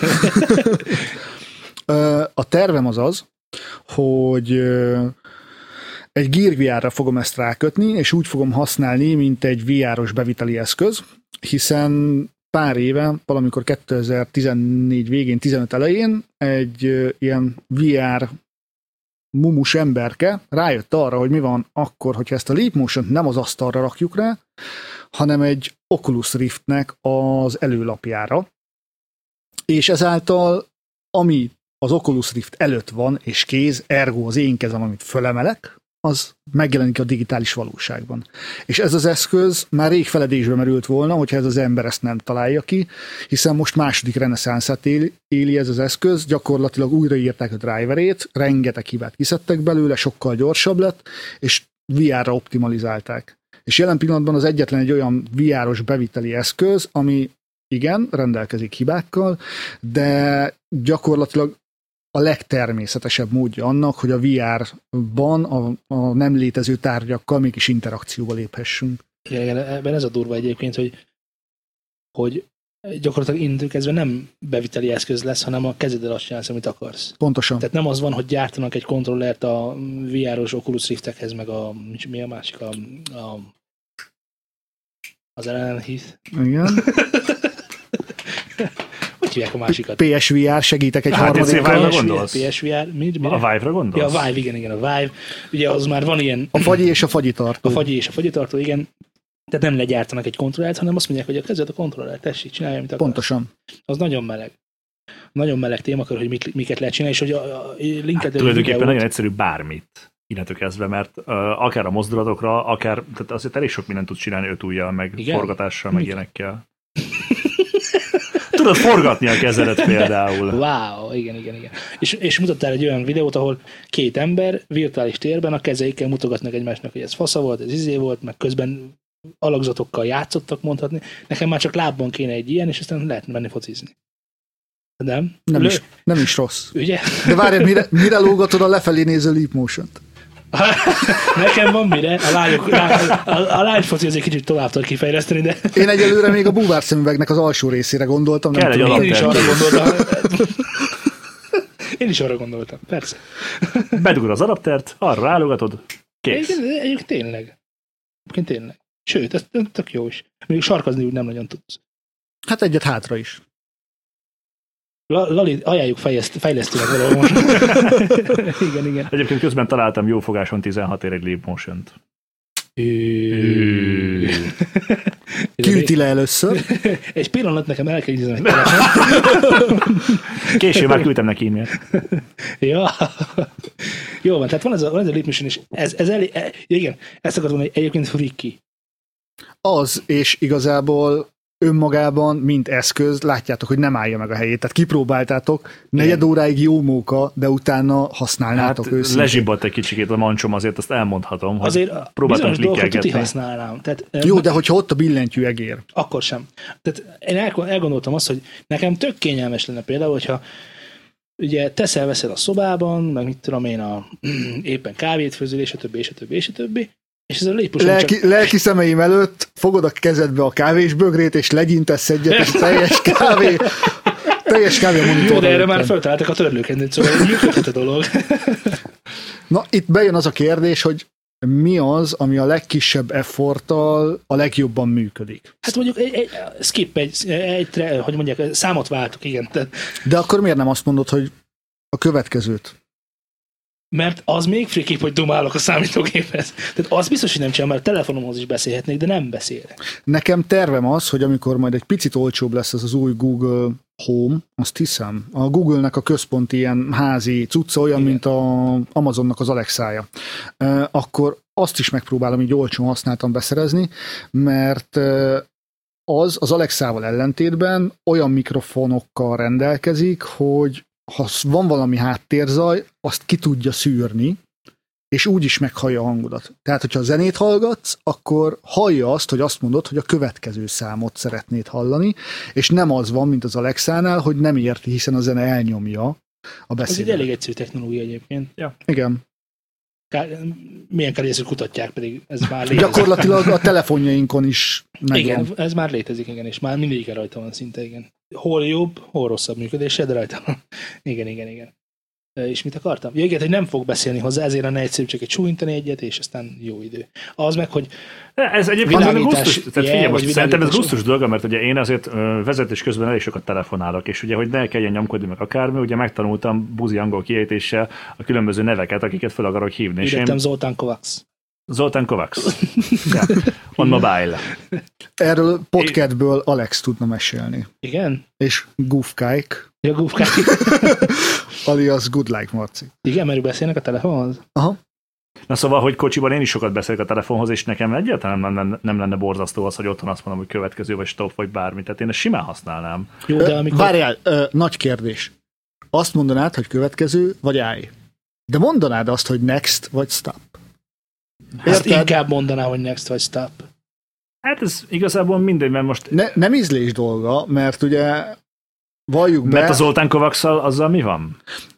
A tervem az az, hogy egy Gear vé er-re fogom ezt rákötni, és úgy fogom használni, mint egy vé er-os beviteli eszköz, hiszen pár éve, valamikor kétezer-tizennégy végén, tizenöt elején egy ilyen vé er mumus emberke rájött arra, hogy mi van akkor, hogyha ezt a Leap Motion-t nem az asztalra rakjuk rá, hanem egy Oculus Riftnek az előlapjára. És ezáltal, ami az Oculus Rift előtt van, és kéz, ergo az én kezem, amit fölemelek, az megjelenik a digitális valóságban. És ez az eszköz már rég feledésbe merült volna, hogyha ez az ember ezt nem találja ki, hiszen most második reneszánszát éli, éli ez az eszköz, gyakorlatilag újraírták a driverét, rengeteg hibát kiszedtek belőle, sokkal gyorsabb lett, és vé er-ra optimalizálták. És jelen pillanatban az egyetlen egy olyan vé er-os beviteli eszköz, ami igen, rendelkezik hibákkal, de gyakorlatilag a legtermészetesebb módja annak, hogy a vé er-ban a, a nem létező tárgyakkal mégis interakcióba léphessünk. Igen, igen, ebben ez a durva egyébként, hogy, hogy gyakorlatilag innentől kezdve nem beviteli eszköz lesz, hanem a kezeddel azt csinálsz, amit akarsz. Pontosan. Tehát nem az van, hogy gyártanak egy kontrollert a vé er-os Oculus Riftekhez, meg a, mi a másik, a, a az Ellen Heath. Igen. Hogy hívják a másikat? pé es vé er, segítek egy hát harmadikra. gondolsz? pé es vé er, mi, mire? A Vive-ra gondolsz? Ja, a Vive, igen, igen, a Vive. Ugye az már van ilyen... A fagyi és a fagyitartó. A fagyi és a fagyitartó, igen. Tehát nem legyártanak egy kontrollert, hanem azt mondják, hogy a kezed a kontroller, tessék, csinálj, amit akarsz. Pontosan. Az nagyon meleg. Nagyon meleg témakör, hogy mit, miket lehet csinálni, és hogy a, a linket... Hát, tulajdonképpen nagyon egyszerű bármit innentől kezdve, mert uh, akár a mozdulatokra, akár, tehát azért elég sok mindent tud csinálni öt ujjal, meg igen? forgatással, meg ilyenekkel. Tudod forgatni a kezedet például. Wow, igen, igen, igen. És, és mutattál egy olyan videót, ahol két ember virtuális térben a kezeikkel mutogatnak egymásnak, hogy ez fasza volt, ez izé volt, meg közben alakzatokkal játszottak, mondhatni. Nekem már csak lábban kéne egy ilyen, és aztán lehetne menni focizni. Nem? Nem, is, nem is rossz. Ugye? De várj, mire, mire lógatod a lefelé néző Leap Motion-t? Nekem van mire, a, lányok, a, a, a lányfoci azért kicsit tovább tud kifejleszteni, de... Én egyelőre még a búvár szemüvegnek az alsó részére gondoltam. Nem tudom. Én is arra gondoltam. Én is arra gondoltam, persze. Bedugod az adaptert, arra rálogatod, kész. Egyébként tényleg. Egyébként tényleg. Sőt, ez tök jó is. Még sarkazni úgy nem nagyon tudsz. Hát egyet hátra is. Lali, ajánljuk fejlesztőnek valahol. Igen, igen. Egyébként közben találtam jófogáson tizenhat ér egy Leap Motion-t. Kiüti le először. Egy pillanat, nekem el kell idézni egy telefon. Később már küldtem neki e-mailt. Ja. Jó van, tehát van ez a, van ez a Leap Motion is. Ez, ez elég, e, igen, ezt akartam mondani, egyébként friki. Az, és igazából önmagában, mint eszköz, látjátok, hogy nem állja meg a helyét. Tehát kipróbáltátok, negyed óráig jó móka, de utána használnátok hát őszintén. lezsibbadt egy kicsit a mancsom, azért azt elmondhatom, azért hogy próbáltam klikkelgetni. használnám. Tehát, jó, de hogyha ott a billentyű egér. Akkor sem. Tehát én elgondoltam azt, hogy nekem tök kényelmes lenne például, hogyha ugye teszel-veszel a szobában, meg mit tudom én, a, éppen kávét főzöl, és a többi, és a többi, és a többi, és ez a lépuson lelki, csak... lelki szemeim előtt fogod a kezedbe a kávésbögrét, és legyintesz egyet, és teljes kávé, teljes kávé a monitorra. Jó, de erre már feltaláltak a törlőkendőt, szóval működhet a dolog. Na, itt bejön az a kérdés, hogy mi az, ami a legkisebb efforttal a legjobban működik. Hát mondjuk egy, egy skip, egy, egy, hogy mondják, számot váltok, igen. Tehát, de akkor miért nem azt mondod, hogy a következőt? Mert az még frikibb, hogy dumálok a számítógéphez. Tehát az biztos, hogy nem csinálom, mert a telefonomhoz is beszélhetnék, de nem beszélek. Nekem tervem az, hogy amikor majd egy picit olcsóbb lesz az az új Google Home, azt hiszem, a Google-nek a központi ilyen házi cucca olyan, igen, mint a Amazonnak az Alexája. Akkor azt is megpróbálom így olcsón használtan beszerezni, mert az az Alexával ellentétben olyan mikrofonokkal rendelkezik, hogy ha van valami háttérzaj, azt ki tudja szűrni, és úgy is meghallja a hangodat. Tehát, hogyha zenét hallgatsz, akkor hallja azt, hogy azt mondod, hogy a következő számot szeretnéd hallani, és nem az van, mint az Alexánál, hogy nem érti, hiszen a zene elnyomja a beszédet. Ez egy elég egyszerű technológia egyébként. Ja. Igen. Kár, milyen kell, hogy kutatják, pedig ez már létezik. Gyakorlatilag a telefonjainkon is megvan. Igen, ez már létezik, igen, és már mindegyik rajta van szinte, igen. Hol jobb, hol rosszabb működése, de rajta van. Igen, igen, igen. És mit akartam? Ja, igen, hogy nem fog beszélni hozzá, ezért lenne egyszerű csak egy súlyintani egyet, és aztán jó idő. Az meg, hogy ez egyébként gusztus, tehát figyelj, most szerintem ez gusztus dolga, mert ugye én azért vezetés közben elég sokat telefonálok, és ugye, hogy ne kelljen nyomkodni meg akármi, ugye megtanultam buzi angol kiejtéssel a különböző neveket, akiket fel akarok hívni. Írtam én... Zoltán Kovacs. Zoltán Kovacs. Ja. On mobile. Erről podcastből Alex tudna mesélni. Igen? És Gufkike. Ja, Gufkike. Alias Good Like Marci. Igen, mert beszélnek a telefonhoz? Aha. Na szóval, hogy kocsiban én is sokat beszélek a telefonhoz, és nekem egyáltalán nem lenne, nem lenne borzasztó az, hogy otthon azt mondom, hogy következő, vagy stop, vagy bármi. Tehát én ezt simán használnám. Jó, de amikor... Várjál, ö, nagy kérdés. Azt mondanád, hogy következő, vagy állj. De mondanád azt, hogy next, vagy stop. Ezt inkább mondaná, hogy next, vagy stop. Hát ez igazából mindegy, mert most... Ne, nem ízlés dolga, mert ugye valljuk be... Mert a Zoltán Kovacs-szal azzal mi van?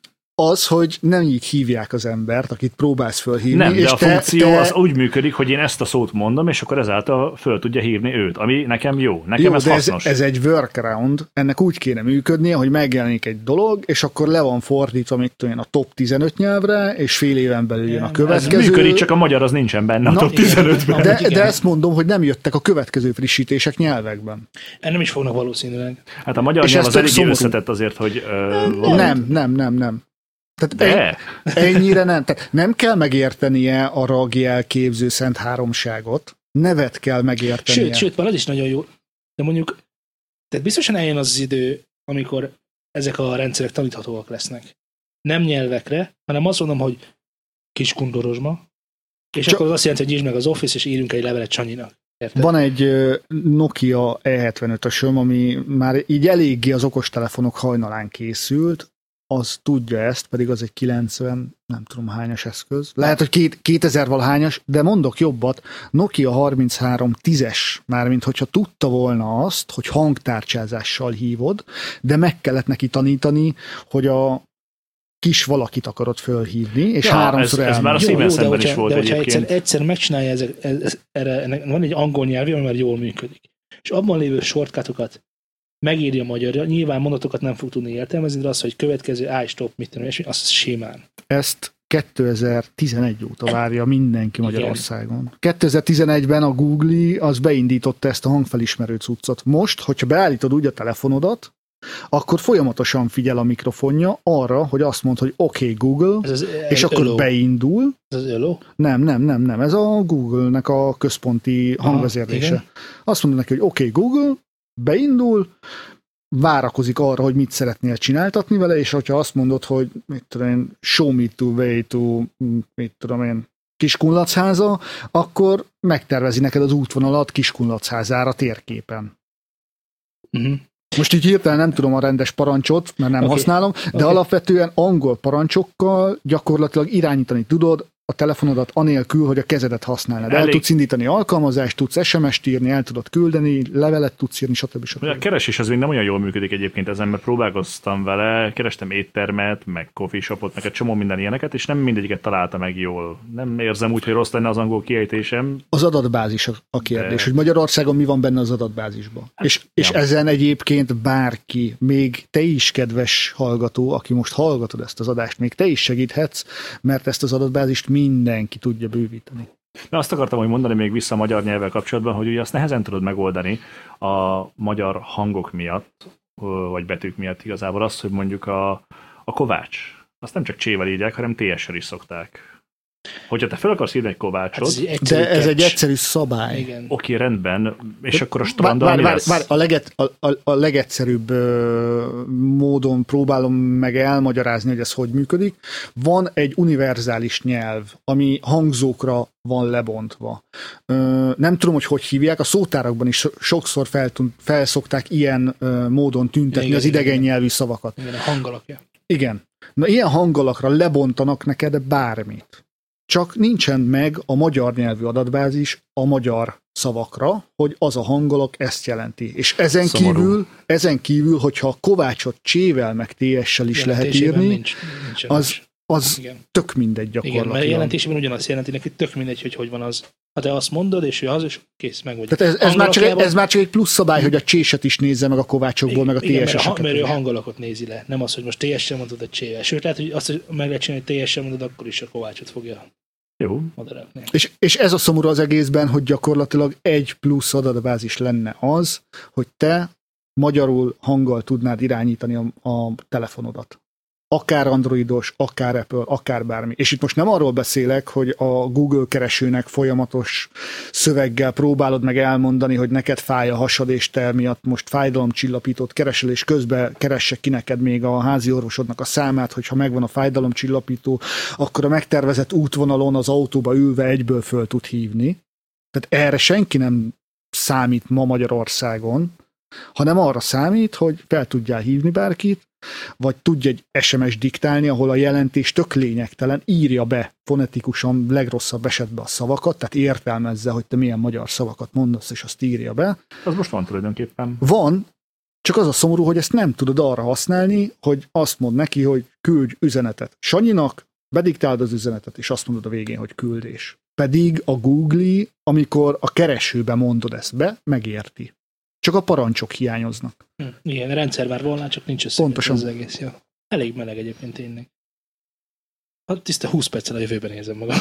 Az, hogy nem így hívják az embert, akit próbálsz fölhívni. Nem, és de a te, funkció te... az úgy működik, hogy én ezt a szót mondom, és akkor ezáltal föl tudja hívni őt, ami nekem jó. Nekem jó, ez de hasznos. Ez, ez egy workaround, ennek úgy kéne működnie, hogy megjelenik egy dolog, és akkor le van fordítva, mit tudom én, a top tizenöt nyelvre, és fél éven belül jön a következő. Ez működik, csak a magyar az nincsen benne a Na, top tizenötben. De, de ezt mondom, hogy nem jöttek a következő frissítések nyelvekben. Nem is fognak valószínűleg. Hát a magyar és nyelv az eléggé szomorú. összetett azért, hogy... Uh, nem, nem, nem, nem. Tehát de? Ennyire nem. Tehát nem kell megértenie a rag jelképző szent háromságot, nevet kell megértenie. Sőt, sőt, van az is nagyon jó. De mondjuk, tehát biztosan eljön az az idő, amikor ezek a rendszerek taníthatóak lesznek. Nem nyelvekre, hanem azt mondom, hogy Kiskundorozsma, és Csak... akkor az azt jelenti, hogy írd meg az Office, és írjunk egy levelet Csanyinak. Érted? Van egy Nokia E hetvenötösöm, ami már így eléggé az okostelefonok hajnalán készült, az tudja ezt, pedig az egy kilencven, nem tudom hányas eszköz. Lehet, hogy két, kétezer valahányas, de mondok jobbat, Nokia harminchárom tízes, mármint hogyha tudta volna azt, hogy hangtárcsázással hívod, de meg kellett neki tanítani, hogy a kis valakit akarod fölhívni, és ja, háromszor ez, ez már a Siemensenben is volt de egyébként. De egyszer, egyszer megcsinálja, ezek, ez, erre, van egy angol nyelvi, ami már jól működik. És abban lévő shortcutokat megírja magyarra, nyilván mondatokat nem fog tudni értelmezni, de az, hogy következő állj, stop, mit tudom, és az simán. Ezt kétezer-tizenegy óta várja mindenki Magyarországon. kétezer-tizenegyben a Google az beindította ezt a hangfelismerő cuccot. Most, hogyha beállítod úgy a telefonodat, akkor folyamatosan figyel a mikrofonja arra, hogy azt mond, hogy oké, okay, Google, ez az, és akkor öló. Beindul. Ez az öló? Nem, nem, nem, nem. Ez a Google-nek a központi hangvezérlése. Azt mondja neki, hogy oké, okay, Google, beindul, várakozik arra, hogy mit szeretnél csináltatni vele, és hogyha azt mondod, hogy mit tudom én, show me to way to, mit tudom én, Kiskunlachháza, akkor megtervezi neked az útvonalat Kiskunlachházára térképen. Uh-huh. Most így hirtelen nem tudom a rendes parancsot, mert nem okay. használom, de okay. alapvetően angol parancsokkal gyakorlatilag irányítani tudod a telefonodat anélkül, hogy a kezedet használnád. El tudsz indítani alkalmazást, tudsz es em est írni, el tudod küldeni, levelet tudsz írni, stb. stb. A keresés az még nem olyan jól működik egyébként ezen, mert próbálkoztam vele, kerestem éttermet, meg coffee shopot, meg egy csomó minden ilyeneket, és nem mindegyiket találta meg jól. Nem érzem úgy, hogy rossz lenne az angol kiejtésem. Az adatbázis a kérdés, de... hogy Magyarországon mi van benne az adatbázisban. Hát, és, ja. és ezen egyébként bárki, még te is, kedves hallgató, aki most hallgatod ezt az adást, még te is segíthetsz, mert ezt az adatbázist mindenki tudja bővíteni. Na, azt akartam, hogy mondani még vissza a magyar nyelvvel kapcsolatban, hogy ugye azt nehezen tudod megoldani a magyar hangok miatt, vagy betűk miatt igazából azt, hogy mondjuk a, a Kovács, azt nem csak csével írják, hanem té es-sel is szokták. Hogyha te fel akarsz írni egy Kovácsot... Hát ez de ez egy egyszerű szabály. Igen. Oké, rendben, és de akkor a strandon vár, mi vár, lesz? Vár, a, leget, a, a, a legegyszerűbb ö, módon próbálom meg elmagyarázni, hogy ez hogy működik. Van egy univerzális nyelv, ami hangzókra van lebontva. Ö, nem tudom, hogy hogy hívják, a szótárakban is sokszor fel, felszokták ilyen ö, módon tüntetni igen, az idegen igen. nyelvű szavakat. Igen, a hangalakja. Igen. Na, ilyen hangalakra lebontanak neked bármit. Csak nincsen meg a magyar nyelvű adatbázis a magyar szavakra, hogy az a hangalak ezt jelenti. És ezen Szomorú. kívül, ezen kívül, hogyha a Kovácsot csével meg té es-sel is lehet írni, nincs, az, az tök mindegy gyakorlatilag. Igen, mert jelentésében ugyanazt jelenti neki, tök mindegy, hogy hogy van az. Ha te azt mondod, és ő az, és kész, meg vagy. Tehát ez, ez, már csak, ez már csak egy plusz szabály, hogy a cséset is nézze meg a Kovácsokból, meg a té es-eseket. Mert ő a hangalakot nézi le, nem az, hogy most té es-sel mondod a csével. Sőt, lehet, hogy azt, hogy meg lehet csinálni, hogy té es-sel mondod, akkor is a Kovácsot fogja. Jó. És, és ez a szomorú az egészben, hogy gyakorlatilag egy plusz adatbázis lenne az, hogy te magyarul hanggal tudnád irányítani a, a telefonodat. Akár androidos, akár Apple, akár bármi. És itt most nem arról beszélek, hogy a Google keresőnek folyamatos szöveggel próbálod meg elmondani, hogy neked fáj a hasad, és te miatt most fájdalomcsillapítót keresel, és közben keresse ki neked még a házi orvosodnak a számát, hogyha megvan a fájdalomcsillapító, akkor a megtervezett útvonalon az autóba ülve egyből föl tud hívni. Tehát erre senki nem számít ma Magyarországon, hanem arra számít, hogy fel tudjál hívni bárkit, vagy tudj egy es em es diktálni, ahol a jelentés tök lényegtelen, írja be fonetikusan legrosszabb esetben a szavakat, tehát értelmezze, hogy te milyen magyar szavakat mondasz, és azt írja be. Az most van tulajdonképpen. Van, csak az a szomorú, hogy ezt nem tudod arra használni, hogy azt mond neki, hogy küldj üzenetet Sanyinak, bediktáld az üzenetet, és azt mondod a végén, hogy küldés. Pedig a Google, amikor a keresőbe mondod ezt be, megérti. Csak a parancsok hiányoznak. Hm, igen, a rendszer már volna, csak nincs összekötve az egész. Ja. Elég meleg egyébként tényleg. Hát tiszta húsz perccel a jövőben nézem magam.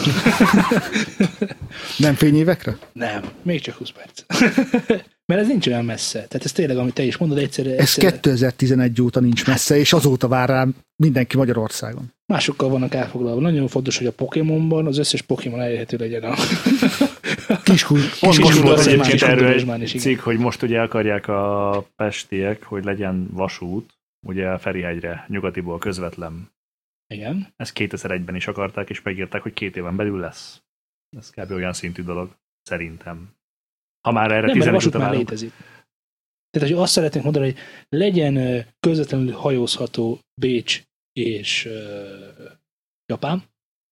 Nem fényévekre? Nem, még csak húsz perc. Mert ez nincs olyan messze. Tehát ez tényleg, amit te is mondod, egyszerre... Ez egyszerre... kétezer-tizenegy óta nincs messze, és azóta vár rám mindenki Magyarországon. Másokkal vannak elfoglalva. Nagyon fontos, hogy a Pokémonban az összes Pokémon elérhető legyen a... Kiskús. Most volt egyébként erről egy cikk, hogy most ugye akarják a pestiek, hogy legyen vasút, ugye a Ferihegyre, nyugatiból közvetlen. Igen. Ezt kétezer-egyben is akarták, és megírták, hogy két éven belül lesz. Ez kb. Olyan szintű dolog, szerintem. Ha már erre tizenegy után már létezik. Tehát, hogy azt szeretnénk mondani, hogy legyen közvetlenül hajózható Bécs és uh, Japán.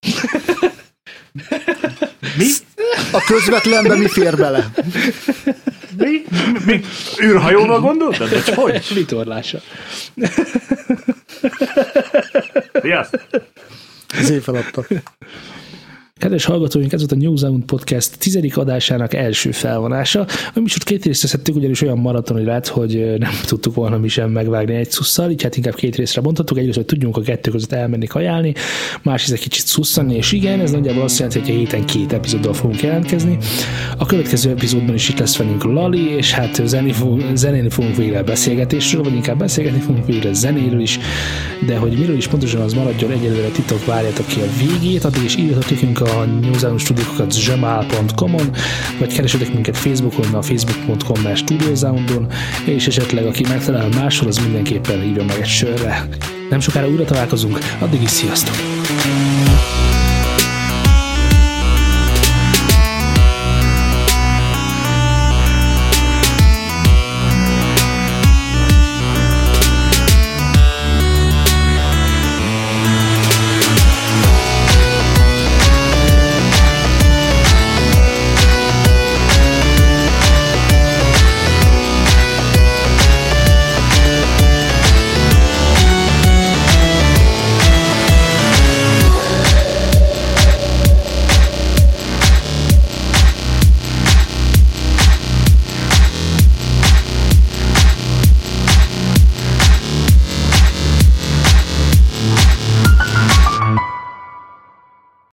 Mi? A közvetlenben mi fér bele? Mi? Mi? űrhajóval gondoltad? De hogy? Vitorlása. Sziasztok! Ezért feladtak. Kedves hallgatóink, ez volt a New Zealand Podcast tizedik adásának első felvonása. A műsort két részre szedtük, ugyanis olyan maratoni lett, hogy nem tudtuk volna mi sem megvágni egy szusszal, így hát inkább két részre bontottuk. Egyrészt, hogy tudjunk a kettő között elmenni kajálni, másrészt egy kicsit szusszani, és igen, ez nagyjából azt jelenti, hogy a héten két epizóddal fogunk jelentkezni. A következő epizódban is itt lesz velünk Lali, és hát zenélni fogunk, zenélni fogunk végre beszélgetésről, vagy inkább beszélgetni fogunk végre zenéről is, de hogy miről is pontosan az maradjon, egyelőre titok, várjátok ki a végét, addig is írjatok nekünk a New Zealand stúdiókat zsemál pont com-on, vagy keresetek minket Facebookon, a facebook pont com per studiosoundon, és esetleg aki megtalál máshol, az mindenképpen írjon meg egy sörre. Nem sokára újra találkozunk, addig is sziasztok!